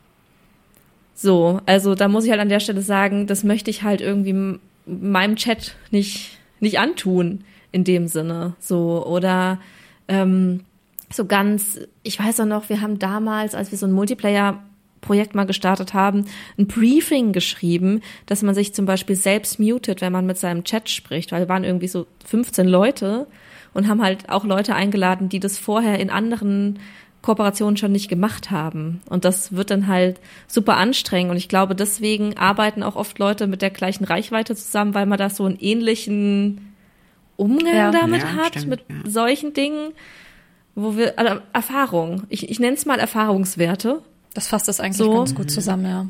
So, also da muss ich halt an der Stelle sagen, das möchte ich halt irgendwie meinem Chat nicht nicht antun in dem Sinne. So, oder ähm, so ganz, ich weiß auch noch, wir haben damals, als wir so ein Multiplayer-Projekt mal gestartet haben, ein Briefing geschrieben, dass man sich zum Beispiel selbst mutet, wenn man mit seinem Chat spricht, weil wir waren irgendwie so fünfzehn Leute und haben halt auch Leute eingeladen, die das vorher in anderen Kooperationen schon nicht gemacht haben. Und das wird dann halt super anstrengend. Und ich glaube, deswegen arbeiten auch oft Leute mit der gleichen Reichweite zusammen, weil man da so einen ähnlichen Umgang ja. damit ja, hat, stimmt, mit ja. solchen Dingen, wo wir, also Erfahrung, ich, ich nenne es mal Erfahrungswerte. Das fasst das eigentlich so. ganz gut zusammen, ja.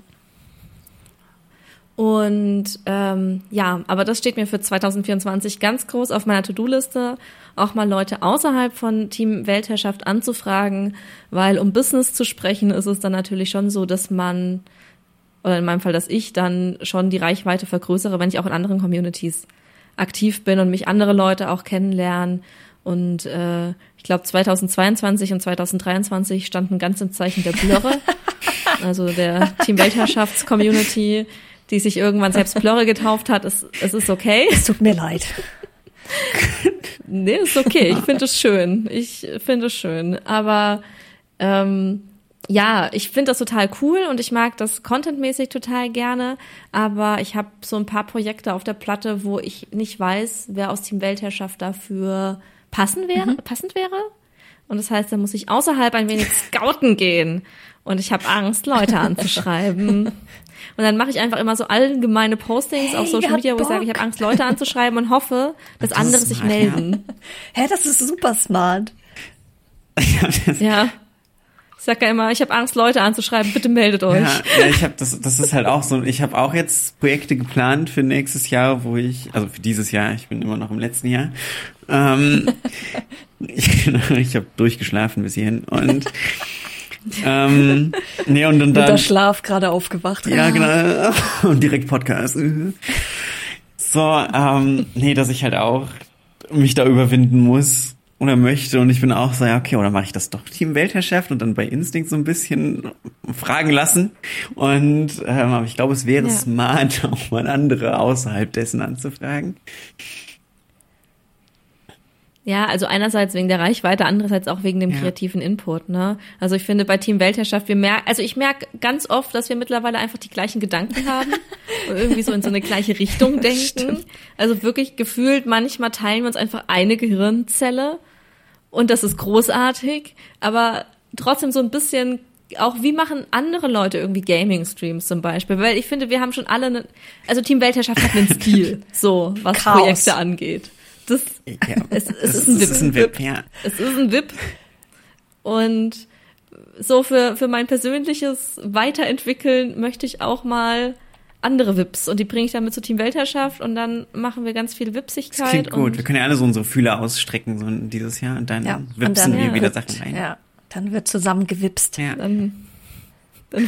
Und ähm, ja, aber das steht mir für zwanzig vierundzwanzig ganz groß auf meiner To-Do-Liste, auch mal Leute außerhalb von Team Weltherrschaft anzufragen, weil um Business zu sprechen, ist es dann natürlich schon so, dass man, oder in meinem Fall, dass ich dann schon die Reichweite vergrößere, wenn ich auch in anderen Communities aktiv bin und mich andere Leute auch kennenlernen. Und äh, ich glaube zweitausendzweiundzwanzig und zweitausenddreiundzwanzig standen ganz im Zeichen der Blurre, also der Team Weltherrschafts-Community, die sich irgendwann selbst Blurre getauft hat. Es, es ist okay. Es tut mir leid. Nee, ist okay. Ich finde es schön. Ich finde es schön. Aber ähm, ja, ich finde das total cool und ich mag das contentmäßig total gerne, aber ich habe so ein paar Projekte auf der Platte, wo ich nicht weiß, wer aus Team Weltherrschaft dafür passen wäre, mhm. passend wäre. Und das heißt, da muss ich außerhalb ein wenig scouten gehen. Und ich habe Angst, Leute anzuschreiben. Und dann mache ich einfach immer so allgemeine Postings hey, auf Social Media, wo ich sage, ich habe Angst, Leute anzuschreiben und hoffe, dass das andere sich smart, melden. Ja. Hä, das ist super smart. Ja. Ich sag ja immer, ich habe Angst, Leute anzuschreiben, bitte meldet euch. Ja, ja ich habe das, das ist halt auch so, ich habe auch jetzt Projekte geplant für nächstes Jahr, wo ich, also für dieses Jahr, ich bin immer noch im letzten Jahr, ähm, ich, ich habe durchgeschlafen bis hierhin und ähm, nee, und, und dann... Mit der Schlaf gerade aufgewacht. Ja, genau, und direkt Podcast. So, ähm, nee, dass ich halt auch mich da überwinden muss, oder möchte und ich bin auch so, ja, okay, oder mache ich das doch Team Weltherrschaft und dann bei Instinct so ein bisschen fragen lassen und ähm, aber ich glaube, es wäre ja. smart, auch mal andere außerhalb dessen anzufragen. Ja, also einerseits wegen der Reichweite, andererseits auch wegen dem ja. kreativen Input, ne? Also ich finde bei Team Weltherrschaft, wir merken, also ich merke ganz oft, dass wir mittlerweile einfach die gleichen Gedanken haben und irgendwie so in so eine gleiche Richtung denken. Stimmt. Also wirklich gefühlt, manchmal teilen wir uns einfach eine Gehirnzelle und das ist großartig, aber trotzdem so ein bisschen auch, wie machen andere Leute irgendwie Gaming-Streams zum Beispiel? Weil ich finde, wir haben schon alle, eine, also Team Weltherrschaft hat einen Stil, so was Chaos. Projekte angeht. Das, ja, es, es, es, ist ein es ist ein V I P, ja. Es ist ein V I P. Und so für, für mein persönliches Weiterentwickeln möchte ich auch mal andere V I Ps und die bringe ich dann mit zu Team Weltherrschaft und dann machen wir ganz viel Wipsigkeit. Das klingt gut. Wir können ja alle so unsere Fühler ausstrecken so dieses Jahr und dann ja, wipsen wir ja, wieder Sachen rein. Ja, dann wird zusammen gewipst. Ja. Dann, dann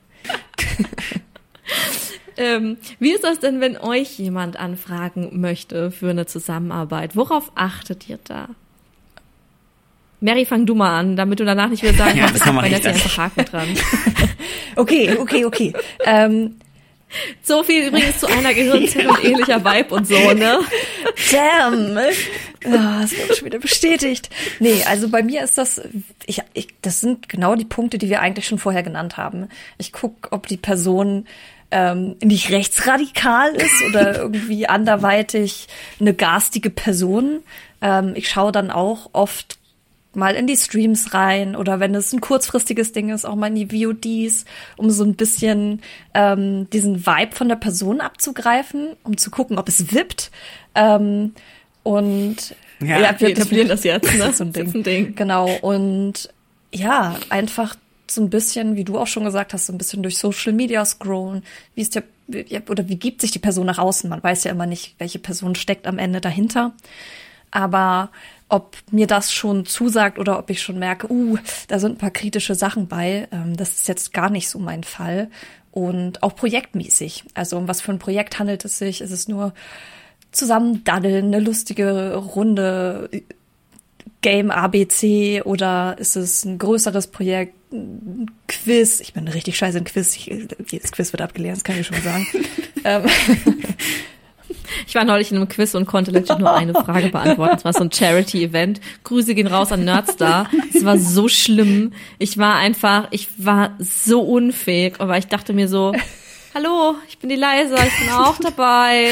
ähm, wie ist das denn, wenn euch jemand anfragen möchte für eine Zusammenarbeit? Worauf achtet ihr da? Mary, fang du mal an, damit du danach nicht wieder sagen kannst, ja, ich habe einfach Haken dran. Okay, okay, okay. Ähm, So viel übrigens zu einer Gehirnzelle und ähnlicher Vibe und so, ne? Damn! Ja, das wird schon wieder bestätigt. Nee, also bei mir ist das, ich, ich, das sind genau die Punkte, die wir eigentlich schon vorher genannt haben. Ich gucke, ob die Person ähm, nicht rechtsradikal ist oder irgendwie anderweitig eine garstige Person. Ähm, ich schaue dann auch oft mal in die Streams rein oder wenn es ein kurzfristiges Ding ist, auch mal in die V O Ds, um so ein bisschen ähm, diesen Vibe von der Person abzugreifen, um zu gucken, ob es wippt. Ähm, und ja, ja wir etablieren das jetzt, ne? Das ist so ein Ding. ein Ding. Genau. Und ja, einfach so ein bisschen, wie du auch schon gesagt hast, so ein bisschen durch Social Media scrollen. Wie ist der, oder wie gibt sich die Person nach außen? Man weiß ja immer nicht, welche Person steckt am Ende dahinter. Aber ob mir das schon zusagt oder ob ich schon merke, uh, da sind ein paar kritische Sachen bei, ähm, das ist jetzt gar nicht so mein Fall. Und auch projektmäßig. Also um was für ein Projekt handelt es sich? Ist es nur zusammen daddeln, eine lustige Runde Game A B C oder ist es ein größeres Projekt, ein Quiz? Ich bin richtig scheiße in Quiz. Ich, jedes Quiz wird abgelehnt, das kann ich schon mal sagen. ähm, Ich war neulich in einem Quiz und konnte letztlich nur eine Frage beantworten. Es war so ein Charity-Event. Grüße gehen raus an Nerdstar. Es war so schlimm. Ich war einfach, ich war so unfähig. Aber ich dachte mir so, hallo, ich bin die Leisa, ich bin auch dabei.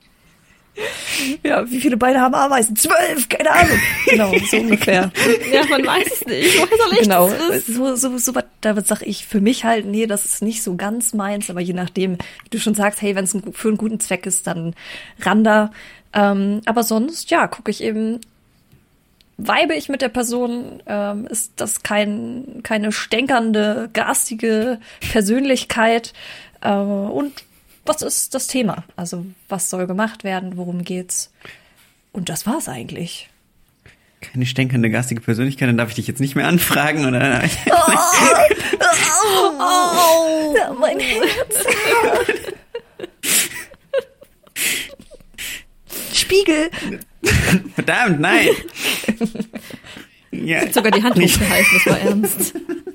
Ja, wie viele Beine haben Ameisen? Zwölf, keine Ahnung. Genau, so ungefähr. Ja, man weiß es nicht. Woher soll ich genau. das wissen? So, so, so, da sag ich für mich halt, nee, das ist nicht so ganz meins, aber je nachdem, wie du schon sagst, hey, wenn es für einen guten Zweck ist, dann ran da. Ähm, aber sonst, ja, gucke ich eben, weibe ich mit der Person, ähm, ist das kein, keine stänkernde, garstige Persönlichkeit, äh, und was ist das Thema? Also, was soll gemacht werden? Worum geht's? Und das war's eigentlich. Keine stänkernde, garstige Persönlichkeit, dann darf ich dich jetzt nicht mehr anfragen, oder? Oh, oh, oh, ja, mein Herz. Spiegel. Verdammt, nein. Ja. Ich hab sogar die Hand hochgehalten, das war ernst.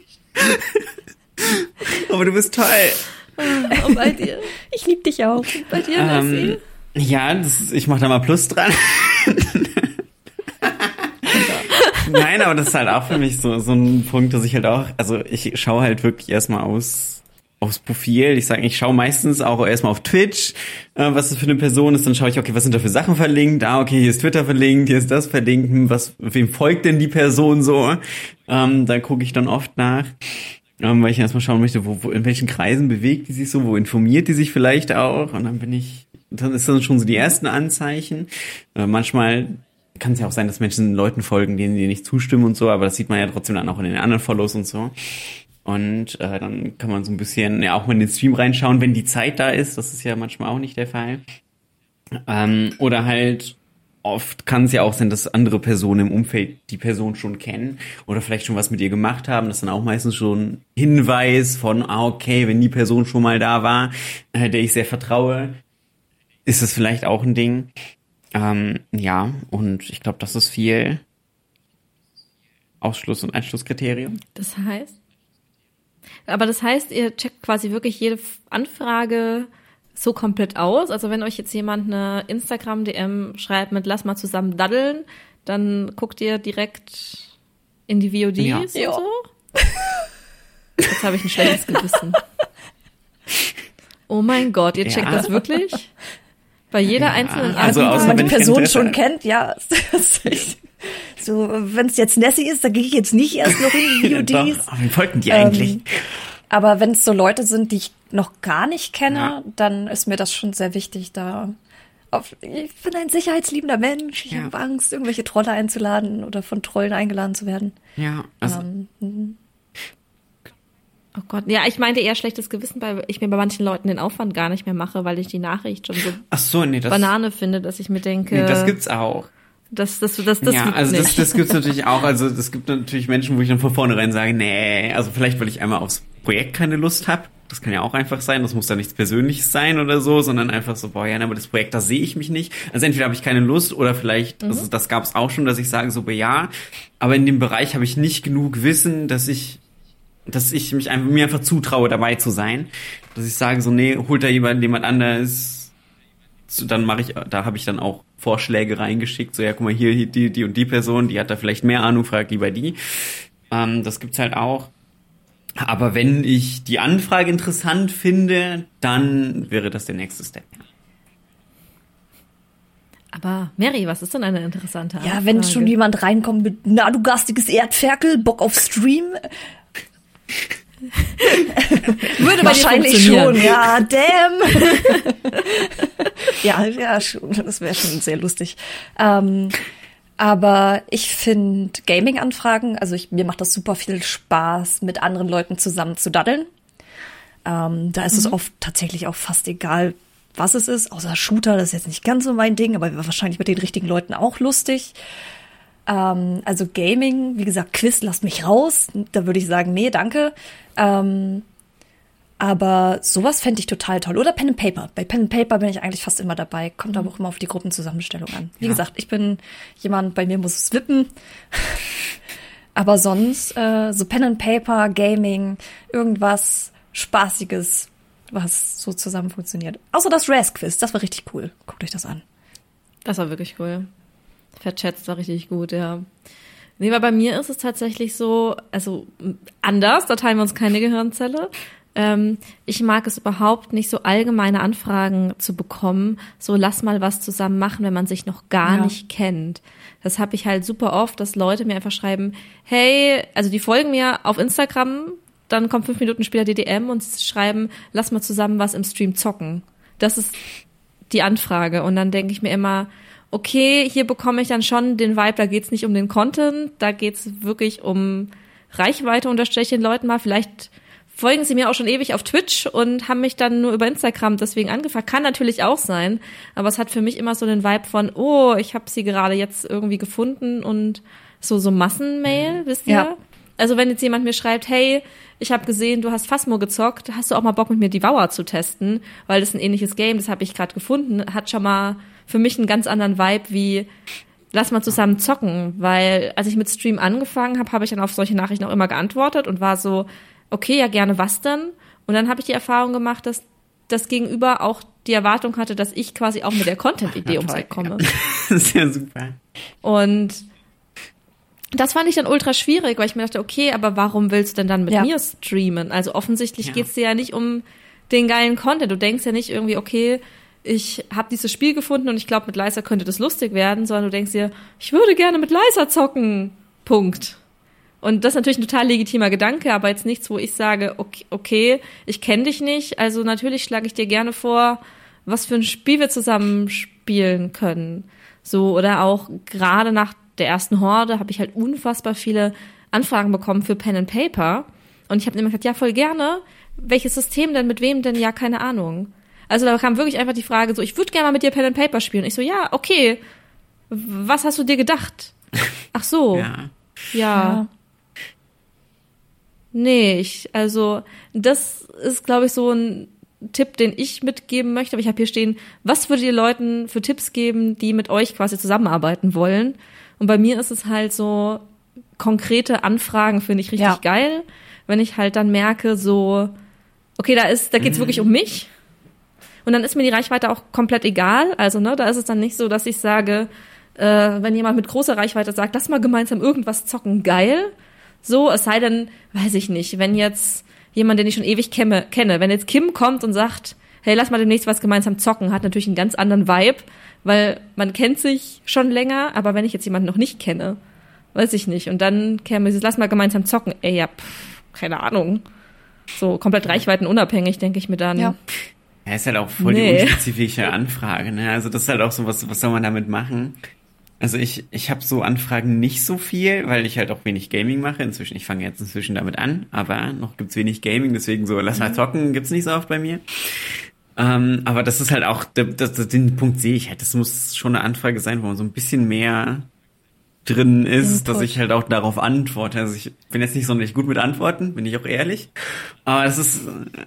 Aber du bist toll. Und bei dir? Ich lieb dich auch. Und bei dir, ähm, ja, das, ich mach da mal Plus dran. Nein, aber das ist halt auch für mich so, so ein Punkt, dass ich halt auch, also ich schaue halt wirklich erstmal aus, aufs Profil. Ich sage, ich schaue meistens auch erstmal auf Twitch, äh, was das für eine Person ist. Dann schaue ich, okay, was sind da für Sachen verlinkt? Ah, okay, hier ist Twitter verlinkt, hier ist das verlinkt. Hm, was, wem folgt denn die Person so? Ähm, da gucke ich dann oft nach, ähm, weil ich erstmal schauen möchte, wo, wo, in welchen Kreisen bewegt die sich so, wo informiert die sich vielleicht auch? Und dann bin ich, dann ist das schon so die ersten Anzeichen. Äh, manchmal kann es ja auch sein, dass Menschen Leuten folgen, denen die nicht zustimmen und so, aber das sieht man ja trotzdem dann auch in den anderen Follows und so. Und äh, dann kann man so ein bisschen ja auch mal in den Stream reinschauen, wenn die Zeit da ist. Das ist ja manchmal auch nicht der Fall. Ähm, oder halt oft kann es ja auch sein, dass andere Personen im Umfeld die Person schon kennen oder vielleicht schon was mit ihr gemacht haben. Das ist dann auch meistens schon ein Hinweis von, ah okay, wenn die Person schon mal da war, äh, der ich sehr vertraue, ist das vielleicht auch ein Ding. Ähm, ja, und ich glaube, das ist viel Ausschluss- und Einschlusskriterium. Das heißt? Aber das heißt, ihr checkt quasi wirklich jede Anfrage so komplett aus? Also wenn euch jetzt jemand eine Instagram-D M schreibt mit lass mal zusammen daddeln, dann guckt ihr direkt in die V O Ds ja. und ja. so? Jetzt habe ich ein schlechtes Gewissen. Oh mein Gott, ihr checkt ja. das wirklich? Bei jeder ja. einzelnen also Anfrage? Wenn man die Person schon kennt, ja. So, wenn es jetzt Nessie ist, dann gehe ich jetzt nicht erst noch in die V O Ds. Doch, wie folgen die eigentlich? Ähm, aber wenn es so Leute sind, die ich noch gar nicht kenne, ja. dann ist mir das schon sehr wichtig, da auf, ich bin ein sicherheitsliebender Mensch, ich ja. habe Angst, irgendwelche Trolle einzuladen oder von Trollen eingeladen zu werden. Ja, also ähm, oh Gott, ja, ich meinte eher schlechtes Gewissen, weil ich mir bei manchen Leuten den Aufwand gar nicht mehr mache, weil ich die Nachricht schon so, Ach so nee, das, Banane finde, dass ich mir denke... Nee, das gibt's auch. Das, das, das, das ja, also das, das gibt's natürlich auch. Also es gibt natürlich Menschen, wo ich dann von vornherein sage, nee, also vielleicht, weil ich einmal aufs Projekt keine Lust habe. Das kann ja auch einfach sein. Das muss ja nichts Persönliches sein oder so, sondern einfach so, boah, ja, aber das Projekt, da sehe ich mich nicht. Also entweder habe ich keine Lust oder vielleicht, mhm. also das gab's auch schon, dass ich sage so, boah, ja, aber in dem Bereich habe ich nicht genug Wissen, dass ich, dass ich mich einfach, mir einfach zutraue, dabei zu sein. Dass ich sage so, nee, holt da jemand, jemand anderes. Dann mache ich, da habe ich dann auch Vorschläge reingeschickt, so ja, guck mal, hier, hier die, die und die Person, die hat da vielleicht mehr Ahnung, frag lieber die. Ähm, das gibt's halt auch. Aber wenn ich die Anfrage interessant finde, dann wäre das der nächste Step. Aber Mary, was ist denn eine interessante Anfrage? Ja, wenn schon jemand reinkommt mit, na, du garstiges Erdferkel, Bock auf Stream. Würde wahrscheinlich schon, ja, damn. ja, ja, schon, das wäre schon sehr lustig. Ähm, aber ich finde Gaming-Anfragen, also ich, mir macht das super viel Spaß, mit anderen Leuten zusammen zu daddeln. Ähm, da ist mhm. es oft tatsächlich auch fast egal, was es ist, außer Shooter, das ist jetzt nicht ganz so mein Ding, aber wahrscheinlich mit den richtigen Leuten auch lustig. Ähm, also Gaming, wie gesagt, Quiz, lasst mich raus. Da würde ich sagen, nee, danke. Ähm, aber sowas fände ich total toll. Oder Pen and Paper. Bei Pen and Paper bin ich eigentlich fast immer dabei. Kommt aber auch immer auf die Gruppenzusammenstellung an. Wie ja. gesagt, ich bin jemand, bei mir muss es wippen. Aber sonst äh, so Pen and Paper, Gaming, irgendwas Spaßiges, was so zusammen funktioniert. Außer das Raz-Quiz, das war richtig cool. Guckt euch das an. Das war wirklich cool. Verschätzt war richtig gut, ja. Nee, weil bei mir ist es tatsächlich so, also anders, da teilen wir uns keine Gehirnzelle. Ähm, ich mag es überhaupt nicht, so allgemeine Anfragen zu bekommen, so lass mal was zusammen machen, wenn man sich noch gar ja. nicht kennt. Das habe ich halt super oft, dass Leute mir einfach schreiben, hey, also die folgen mir auf Instagram, dann kommt fünf Minuten später die D M und schreiben, lass mal zusammen was im Stream zocken. Das ist die Anfrage. Und dann denke ich mir immer, okay, hier bekomme ich dann schon den Vibe, da geht's nicht um den Content, da geht's wirklich um Reichweite, unterstelle ich den Leuten mal. Vielleicht folgen sie mir auch schon ewig auf Twitch und haben mich dann nur über Instagram deswegen angefragt. Kann natürlich auch sein, aber es hat für mich immer so den Vibe von, oh, ich habe sie gerade jetzt irgendwie gefunden und so so Massenmail, wisst ihr? Ja. Also wenn jetzt jemand mir schreibt, hey, ich habe gesehen, du hast Phasmo gezockt, hast du auch mal Bock mit mir Devour zu testen, weil das ist ein ähnliches Game, das habe ich gerade gefunden, hat schon mal für mich einen ganz anderen Vibe wie lass mal zusammen zocken, weil als ich mit Stream angefangen habe, habe ich dann auf solche Nachrichten auch immer geantwortet und war so, okay, ja gerne, was denn? Und dann habe ich die Erfahrung gemacht, dass das Gegenüber auch die Erwartung hatte, dass ich quasi auch mit der Content-Idee ums Eck komme. Das ist ja super. Und das fand ich dann ultra schwierig, weil ich mir dachte, okay, aber warum willst du denn dann mit Ja. mir streamen? Also offensichtlich Ja. geht's dir ja nicht um den geilen Content. Du denkst ja nicht irgendwie, okay, ich habe dieses Spiel gefunden und ich glaube, mit Lysa könnte das lustig werden, sondern du denkst dir, ich würde gerne mit Lysa zocken. Punkt. Und das ist natürlich ein total legitimer Gedanke, aber jetzt nichts, wo ich sage, okay, okay ich kenne dich nicht, also natürlich schlage ich dir gerne vor, was für ein Spiel wir zusammen spielen können. So, oder auch gerade nach der ersten Horde habe ich halt unfassbar viele Anfragen bekommen für Pen and Paper. Und ich habe immer gesagt, ja, voll gerne. Welches System denn, mit wem denn? Ja, keine Ahnung. Also da kam wirklich einfach die Frage so, ich würde gerne mal mit dir Pen and Paper spielen. Ich so, ja, okay. Was hast du dir gedacht? Ach so. Ja. Ja. Ja. Nee, ich, also das ist, glaube ich, so ein Tipp, den ich mitgeben möchte. Aber ich habe hier stehen, was würdet ihr Leuten für Tipps geben, die mit euch quasi zusammenarbeiten wollen? Und bei mir ist es halt so, konkrete Anfragen finde ich richtig Ja. geil. Wenn ich halt dann merke, so, okay, da ist, da geht's Mhm. wirklich um mich. Und dann ist mir die Reichweite auch komplett egal. Also, ne, da ist es dann nicht so, dass ich sage, äh, wenn jemand mit großer Reichweite sagt, lass mal gemeinsam irgendwas zocken, geil. So, es sei denn, weiß ich nicht, wenn jetzt jemand, den ich schon ewig kenne, kenne, wenn jetzt Kim kommt und sagt, hey, lass mal demnächst was gemeinsam zocken, hat natürlich einen ganz anderen Vibe, weil man kennt sich schon länger, aber wenn ich jetzt jemanden noch nicht kenne, weiß ich nicht. Und dann käme es, lass mal gemeinsam zocken. Ey, ja, pff, keine Ahnung. So komplett reichweitenunabhängig, denke ich mir dann. Ja. Ja, ist halt auch voll Nee. die unspezifische Anfrage, ne? Also das ist halt auch so, was, was soll man damit machen? Also ich, ich habe so Anfragen nicht so viel, weil ich halt auch wenig Gaming mache. Inzwischen, ich fange jetzt inzwischen damit an, aber noch gibt's wenig Gaming, deswegen so, lass mal zocken, gibt's nicht so oft bei mir. Ähm, aber das ist halt auch, das, das, den Punkt sehe ich halt, das muss schon eine Anfrage sein, wo man so ein bisschen mehr drin ist, Input. dass ich halt auch darauf antworte. Also ich bin jetzt nicht sonderlich gut mit Antworten, bin ich auch ehrlich. Aber es ist...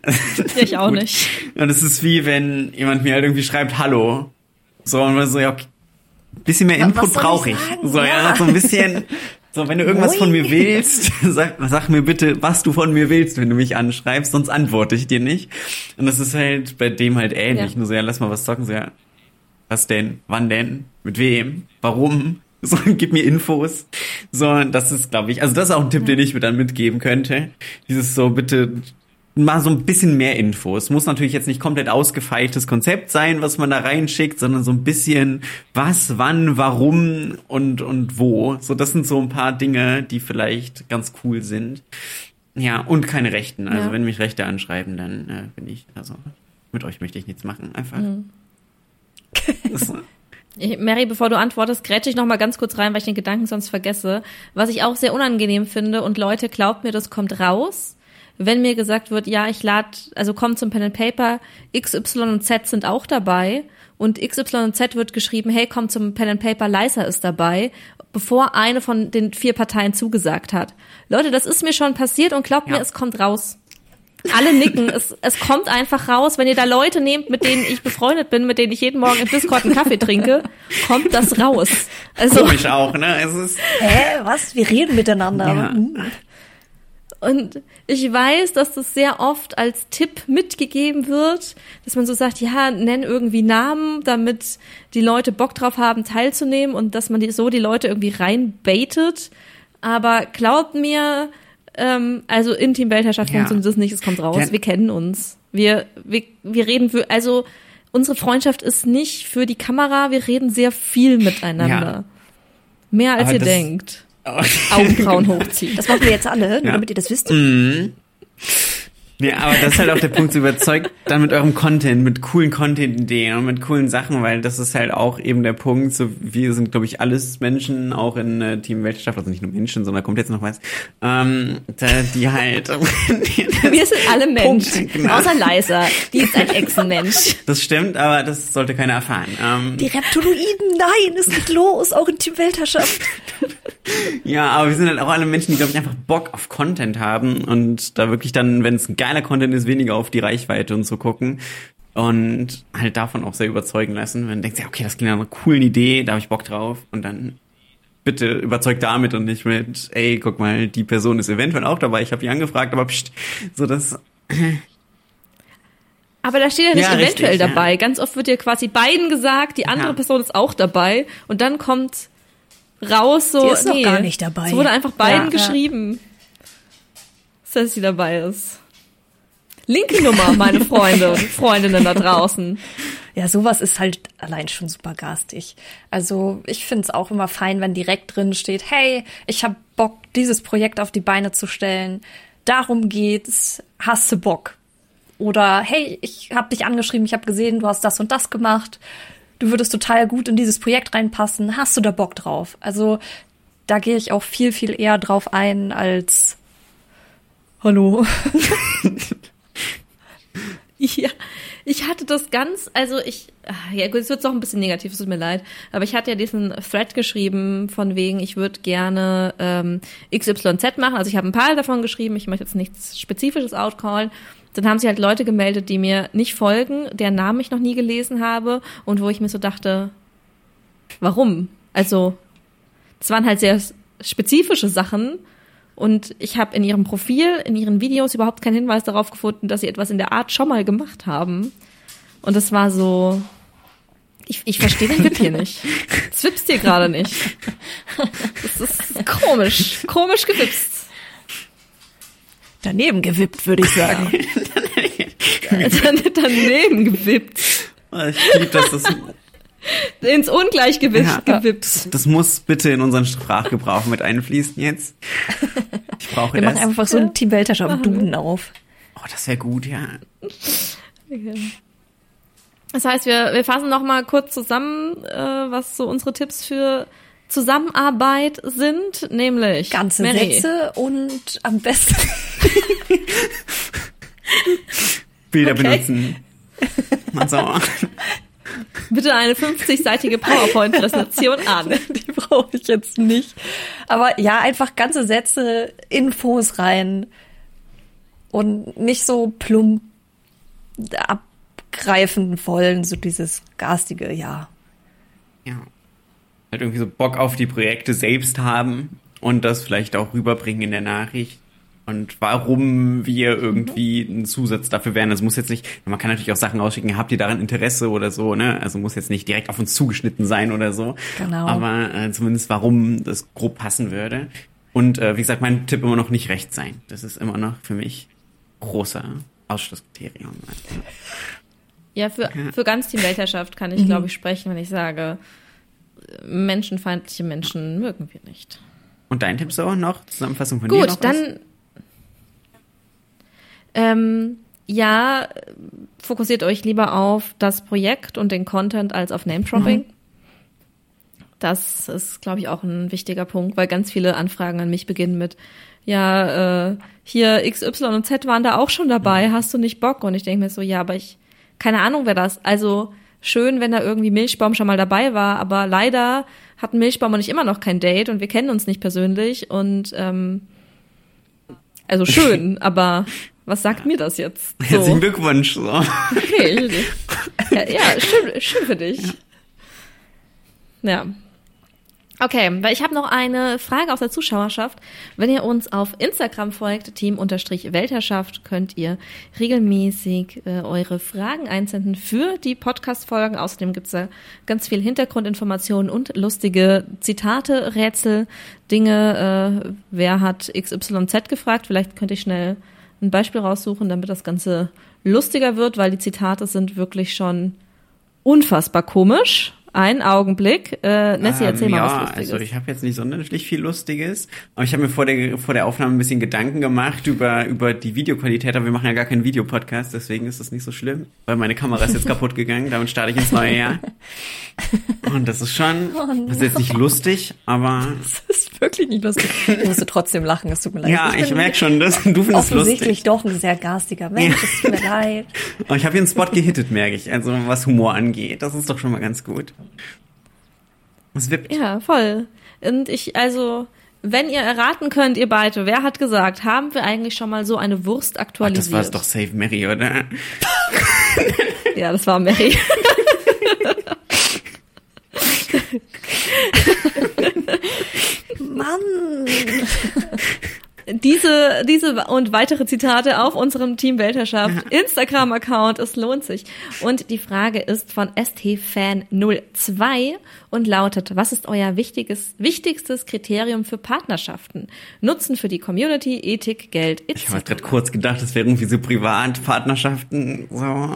Ich auch gut. nicht. Und es ist wie, wenn jemand mir halt irgendwie schreibt, hallo. So, und man so, ja, okay, bisschen mehr Was Input soll brauche ich ich. sagen? So, ja, Ja. so ein bisschen... So, wenn du irgendwas von mir Moin. willst, sag, sag mir bitte, was du von mir willst, wenn du mich anschreibst, sonst antworte ich dir nicht. Und das ist halt bei dem halt ähnlich. Ja. Nur so, ja, lass mal was zocken. So, ja, was denn? Wann denn? Mit wem? Warum? So, gib mir Infos. So, das ist, glaube ich, also das ist auch ein Tipp, den ich mir dann mitgeben könnte. Dieses so, bitte mal so ein bisschen mehr Infos. Muss natürlich jetzt nicht komplett ausgefeiltes Konzept sein, was man da reinschickt, sondern so ein bisschen was, wann, warum und, und wo. So, das sind so ein paar Dinge, die vielleicht ganz cool sind. Ja, und keine Rechten. Also Ja. wenn mich Rechte anschreiben, dann äh, bin ich, also mit euch möchte ich nichts machen. Einfach. Mhm. Das, Ich, Mary, bevor du antwortest, grätsche ich noch mal ganz kurz rein, weil ich den Gedanken sonst vergesse. Was ich auch sehr unangenehm finde, und Leute, glaubt mir, das kommt raus, wenn mir gesagt wird, ja, ich lade, also komm zum Pen and Paper, X, Y und Z sind auch dabei, und X, Y und Z wird geschrieben, hey, komm zum Pen and Paper, Lysa ist dabei, bevor eine von den vier Parteien zugesagt hat. Leute, das ist mir schon passiert, und glaubt Ja. mir, es kommt raus. Alle nicken, es, es kommt einfach raus. Wenn ihr da Leute nehmt, mit denen ich befreundet bin, mit denen ich jeden Morgen im Discord einen Kaffee trinke, kommt das raus. Also, komisch auch, ne? Es ist, Hä, was? Wir reden miteinander. Ja. Hm. und ich weiß, dass das sehr oft als Tipp mitgegeben wird, dass man so sagt, ja, nenn irgendwie Namen, damit die Leute Bock drauf haben, teilzunehmen, und dass man die, so die Leute irgendwie reinbaitet. Aber glaubt mir, ähm, also in Team Weltherrschaft Ja. funktioniert das nicht, es kommt raus. Ja. Wir kennen uns. Wir, wir, wir reden für, also unsere Freundschaft ist nicht für die Kamera, wir reden sehr viel miteinander. Ja. Mehr als Aber ihr das- denkt. Augenbrauen hochziehen. Das machen wir jetzt alle, nur Ja. damit ihr das wisst. Mhm. Ja, aber das ist halt auch der Punkt, so überzeugt dann mit eurem Content, mit coolen Content-Ideen und mit coolen Sachen, weil das ist halt auch eben der Punkt, so wir sind, glaube ich, alles Menschen, auch in äh, Team Weltherrschaft, also nicht nur Menschen, sondern kommt jetzt noch was, ähm, da, die halt... Wir sind alle Menschen, Punkt, genau. außer Lysa, die ist ein Echsenmensch. Das stimmt, aber das sollte keiner erfahren. Ähm, Die Reptiloiden, nein, es geht los, auch in Team Weltherrschaft. Ja, aber wir sind halt auch alle Menschen, die, glaube ich, einfach Bock auf Content haben und da wirklich dann, wenn es ein geiler Content ist, weniger auf die Reichweite und so gucken und halt davon auch sehr überzeugen lassen. Wenn man denkt, ja, okay, das klingt nach einer coolen Idee, da habe ich Bock drauf, und dann bitte überzeugt damit und nicht mit, ey, guck mal, die Person ist eventuell auch dabei, ich habe die angefragt, aber pst, so das... Aber da steht ja nicht Ja, eventuell richtig, ja. dabei. Ganz oft wird ja quasi beiden gesagt, die andere Ja. Person ist auch dabei, und dann kommt raus, so. Die ist noch nee, gar nicht dabei. Es wurde einfach beiden Ja, geschrieben, ja. dass sie dabei ist. Linke Nummer, meine Freunde und Freundinnen da draußen. Ja, sowas ist halt allein schon super garstig. Also ich finde es auch immer fein, wenn direkt drin steht, hey, ich habe Bock, dieses Projekt auf die Beine zu stellen. Darum geht's. Hast du Bock? Oder hey, ich habe dich angeschrieben, ich habe gesehen, du hast das und das gemacht. Du würdest total gut in dieses Projekt reinpassen. Hast du da Bock drauf? Also da gehe ich auch viel, viel eher drauf ein als Hallo. Ja, ich hatte das ganz, also ich, ja gut, es wird auch ein bisschen negativ, es tut mir leid, aber ich hatte ja diesen Thread geschrieben von wegen, ich würde gerne ähm, X Y Z machen, also ich habe ein paar davon geschrieben, ich möchte jetzt nichts Spezifisches outcallen, dann haben sich halt Leute gemeldet, die mir nicht folgen, deren Namen ich noch nie gelesen habe und wo ich mir so dachte, warum? Also, das waren halt sehr spezifische Sachen. Und ich habe in ihrem Profil, in ihren Videos überhaupt keinen Hinweis darauf gefunden, dass sie etwas in der Art schon mal gemacht haben. Und das war so, ich, ich verstehe den Wip hier nicht. Das wippst hier gerade nicht. Das ist komisch, komisch gewipst. Daneben gewippt, würde ich sagen. Daneben gewippt. Ich liebe das. das Ins Ungleichgewicht ja, gewippt. Das, das muss bitte in unseren Sprachgebrauch mit einfließen jetzt. Ich brauche Wir das. machen einfach so einen Team Weltherrschaft-Duden auf. Oh, das wäre gut, ja. Okay. Das heißt, wir, wir fassen noch mal kurz zusammen, äh, was so unsere Tipps für Zusammenarbeit sind, nämlich ganze Mary. Sätze und am besten Bilder Okay. benutzen. Man sauer. Bitte eine fünfzigseitige PowerPoint-Präsentation an. die brauche ich jetzt nicht. Aber ja, einfach ganze Sätze, Infos rein und nicht so plump abgreifen wollen, so dieses garstige, ja. Ja. Halt irgendwie so Bock auf die Projekte selbst haben und das vielleicht auch rüberbringen in der Nachricht. Und warum wir irgendwie ein Zusatz dafür wären. Das muss jetzt nicht, man kann natürlich auch Sachen rausschicken, habt ihr daran Interesse oder so, ne? Also muss jetzt nicht direkt auf uns zugeschnitten sein oder so. Genau. Aber äh, zumindest warum das grob passen würde. Und äh, wie gesagt, mein Tipp immer noch nicht recht sein. Das ist immer noch für mich großer Ausschlusskriterium. Ja, für, für ganz Team Weltherrschaft kann ich, Mhm. glaube ich, sprechen, wenn ich sage, menschenfeindliche Menschen mögen wir nicht. Und dein Tipp so noch? Zusammenfassung von dir noch Gut, was? dann ähm, ja, fokussiert euch lieber auf das Projekt und den Content als auf Name-Dropping. Mhm. Das ist, glaube ich, auch ein wichtiger Punkt, weil ganz viele Anfragen an mich beginnen mit, ja, äh, hier X, Y und Z waren da auch schon dabei, hast du nicht Bock? Und ich denke mir so, ja, aber ich, keine Ahnung, wer das, also schön, wenn da irgendwie Milchbaum schon mal dabei war, aber leider hat Milchbaum und ich immer noch kein Date und wir kennen uns nicht persönlich und ähm, also schön, aber was sagt mir das jetzt? So. Herzlichen Glückwunsch. So. Okay, ja, ja schön, schön für dich. Ja. ja. Okay, weil ich habe noch eine Frage aus der Zuschauerschaft. Wenn ihr uns auf Instagram folgt, Team-Weltherrschaft, könnt ihr regelmäßig äh, eure Fragen einsenden für die Podcast-Folgen. Außerdem gibt's da ganz viel Hintergrundinformationen und lustige Zitate, Rätsel, Dinge. Äh, wer hat X Y Z gefragt? Vielleicht könnte ich schnell ein Beispiel raussuchen, damit das Ganze lustiger wird, weil die Zitate sind wirklich schon unfassbar komisch. Ein Augenblick. Äh, Nessie, erzähl ähm, mal ja, was Lustiges. Also ich habe jetzt nicht sonderlich viel Lustiges, aber ich habe mir vor der vor der Aufnahme ein bisschen Gedanken gemacht über über die Videoqualität, aber wir machen ja gar keinen Videopodcast, deswegen ist das nicht so schlimm, weil meine Kamera ist jetzt kaputt gegangen, damit starte ich ins neue Jahr. Und das ist schon, das ist jetzt nicht lustig, aber das ist wirklich nicht lustig. Ich musste trotzdem lachen, es tut mir leid. ja, ich, ich merke schon, dass du findest es offensichtlich lustig. doch ein sehr garstiger Mensch, Ja. es tut mir leid. Aber ich habe hier einen Spot gehittet, merke ich, also was Humor angeht. Das ist doch schon mal ganz gut. Es wippt. Ja, voll. Und ich, also, wenn ihr erraten könnt, ihr beide, wer hat gesagt, haben wir eigentlich schon mal so eine Wurst Ach, aktualisiert? das war es doch Save Mary, oder? Ja, das war Mary. Mann! Diese, diese und weitere Zitate auf unserem Team Weltherrschaft Instagram-Account. Es lohnt sich. Und die Frage ist von S T Fan null zwei und lautet: Was ist euer wichtiges, wichtigstes Kriterium für Partnerschaften? Nutzen für die Community, Ethik, Geld et cetera. Ich habe gerade kurz gedacht, das wäre irgendwie so Privatpartnerschaften, so.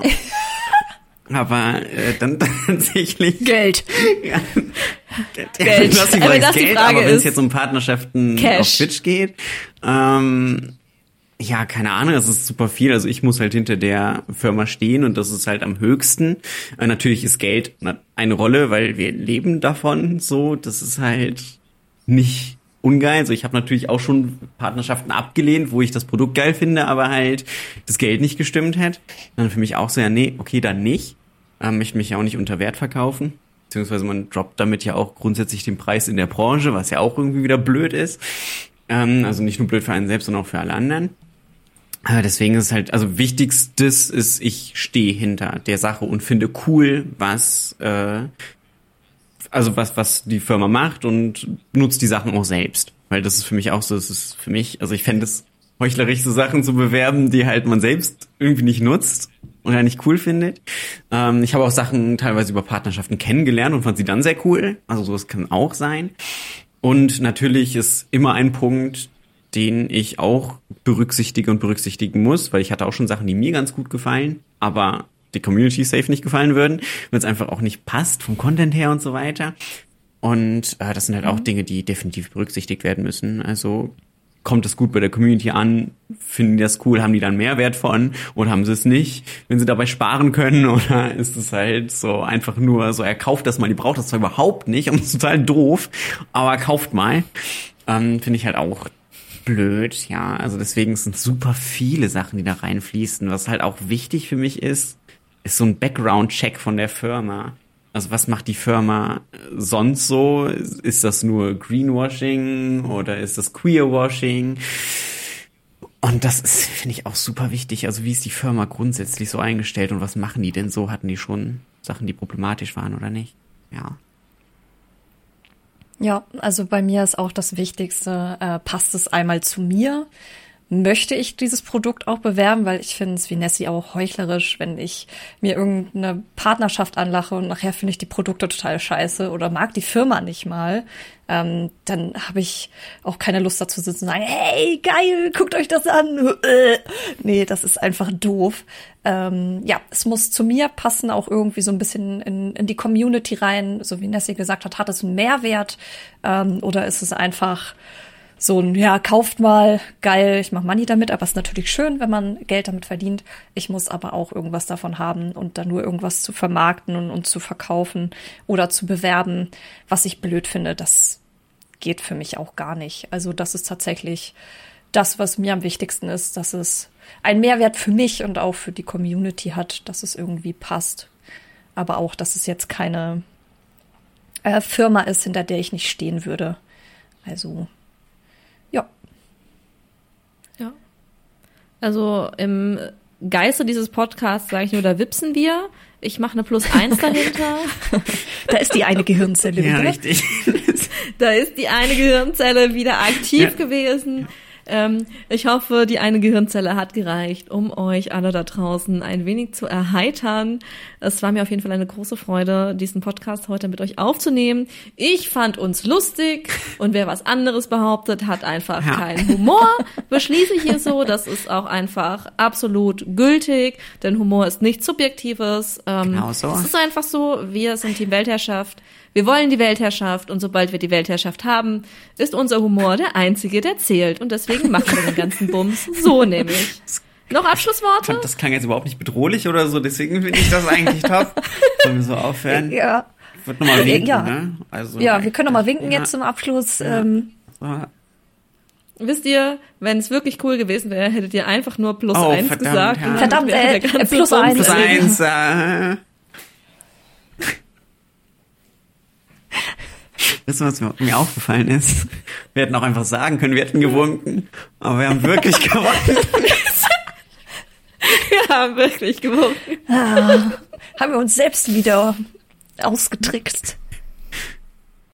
Aber äh, dann tatsächlich Geld. Ja, Geld. Das aber das Geld, die Frage aber wenn es ist, jetzt um Partnerschaften Cash. auf Twitch geht, ähm, ja, keine Ahnung, das ist super viel. Also ich muss halt hinter der Firma stehen und das ist halt am höchsten. Äh, natürlich ist Geld eine Rolle, weil wir leben davon so. Das ist halt nicht ungeil. Also ich habe natürlich auch schon Partnerschaften abgelehnt, wo ich das Produkt geil finde, aber halt das Geld nicht gestimmt hat. Dann für mich auch so, ja, nee, okay, dann nicht. Ähm, möchte mich ja auch nicht unter Wert verkaufen. Beziehungsweise man droppt damit ja auch grundsätzlich den Preis in der Branche, was ja auch irgendwie wieder blöd ist. Ähm, also nicht nur blöd für einen selbst, sondern auch für alle anderen. Aber deswegen ist es halt, also wichtigstes ist, ich stehe hinter der Sache und finde cool, was äh, also was was die Firma macht und nutzt die Sachen auch selbst. Weil das ist für mich auch so, das ist für mich, also ich fände es heuchlerisch, so Sachen zu bewerben, die halt man selbst irgendwie nicht nutzt oder nicht cool findet. Ähm, ich habe auch Sachen teilweise über Partnerschaften kennengelernt und fand sie dann sehr cool. Also sowas kann auch sein. Und natürlich ist immer ein Punkt, den ich auch berücksichtige und berücksichtigen muss, weil ich hatte auch schon Sachen, die mir ganz gut gefallen, aber die Community safe nicht gefallen würden, weil es einfach auch nicht passt vom Content her und so weiter. Und äh, das sind halt auch Dinge, die definitiv berücksichtigt werden müssen. Also kommt es gut bei der Community an, finden die das cool, haben die dann Mehrwert von oder haben sie es nicht, wenn sie dabei sparen können, oder ist es halt so einfach nur so, er kauft das mal, die braucht das zwar überhaupt nicht und ist total doof, aber kauft mal. Ähm, finde ich halt auch blöd, ja, also deswegen sind super viele Sachen, die da reinfließen. Was halt auch wichtig für mich ist, ist so ein Background-Check von der Firma. Also was macht die Firma sonst so? Ist das nur Greenwashing oder ist das Queerwashing? Und das ist, finde ich, auch super wichtig. Also wie ist die Firma grundsätzlich so eingestellt und was machen die denn so? Hatten die schon Sachen, die problematisch waren oder nicht? Ja. Ja, also bei mir ist auch das Wichtigste, äh, passt es einmal zu mir? Möchte ich dieses Produkt auch bewerben, weil ich finde es wie Nessie auch heuchlerisch, wenn ich mir irgendeine Partnerschaft anlache und nachher finde ich die Produkte total scheiße oder mag die Firma nicht mal, ähm, dann habe ich auch keine Lust dazu zu sitzen und sagen, hey, geil, guckt euch das an. Nee, das ist einfach doof. Ähm, ja, es muss zu mir passen, auch irgendwie so ein bisschen in, in die Community rein, so wie Nessie gesagt hat, hat es einen Mehrwert ähm, oder ist es einfach so ein, ja, kauft mal, geil, ich mache Money damit, aber es ist natürlich schön, wenn man Geld damit verdient. Ich muss aber auch irgendwas davon haben und dann nur irgendwas zu vermarkten und, und zu verkaufen oder zu bewerben, was ich blöd finde, das geht für mich auch gar nicht. Also das ist tatsächlich das, was mir am wichtigsten ist, dass es einen Mehrwert für mich und auch für die Community hat, dass es irgendwie passt. Aber auch, dass es jetzt keine äh, Firma ist, hinter der ich nicht stehen würde. Also ja. Ja. Also im Geiste dieses Podcasts sage ich nur, da wipsen wir. Ich mache eine Plus eins dahinter. Da ist die eine Gehirnzelle Ja, wieder. richtig. Da ist die eine Gehirnzelle wieder aktiv Ja. gewesen. Ähm, ich hoffe, die eine Gehirnzelle hat gereicht, um euch alle da draußen ein wenig zu erheitern. Es war mir auf jeden Fall eine große Freude, diesen Podcast heute mit euch aufzunehmen. Ich fand uns lustig und wer was anderes behauptet, hat einfach Ja. keinen Humor. Beschließe ich hier so, das ist auch einfach absolut gültig, denn Humor ist nichts Subjektives. Ähm, Genau so. Es ist einfach so, wir sind Team Weltherrschaft. Wir wollen die Weltherrschaft und sobald wir die Weltherrschaft haben, ist unser Humor der einzige, der zählt. Und deswegen machen wir den ganzen Bums so nämlich. Noch Abschlussworte? Das klang jetzt überhaupt nicht bedrohlich oder so, deswegen finde ich das eigentlich top. Sollen wir so aufhören? Ja. Ich würde nochmal winken, Ja. ne? Also, Ja, wir können noch mal winken ja. jetzt zum Abschluss. Ja. Ähm, So. Wisst ihr, wenn es wirklich cool gewesen wäre, hättet ihr einfach nur plus Oh, eins verdammt, gesagt. ja. Und dann Verdammt, wäre äh, der ganze äh, plus Bums eins. Plus erledigt. eins, äh. Wisst ihr, was mir aufgefallen ist? Wir hätten auch einfach sagen können, wir hätten gewunken, aber wir haben wirklich gewonnen. Wir haben wirklich gewunken. ah, haben wir uns selbst wieder ausgetrickst.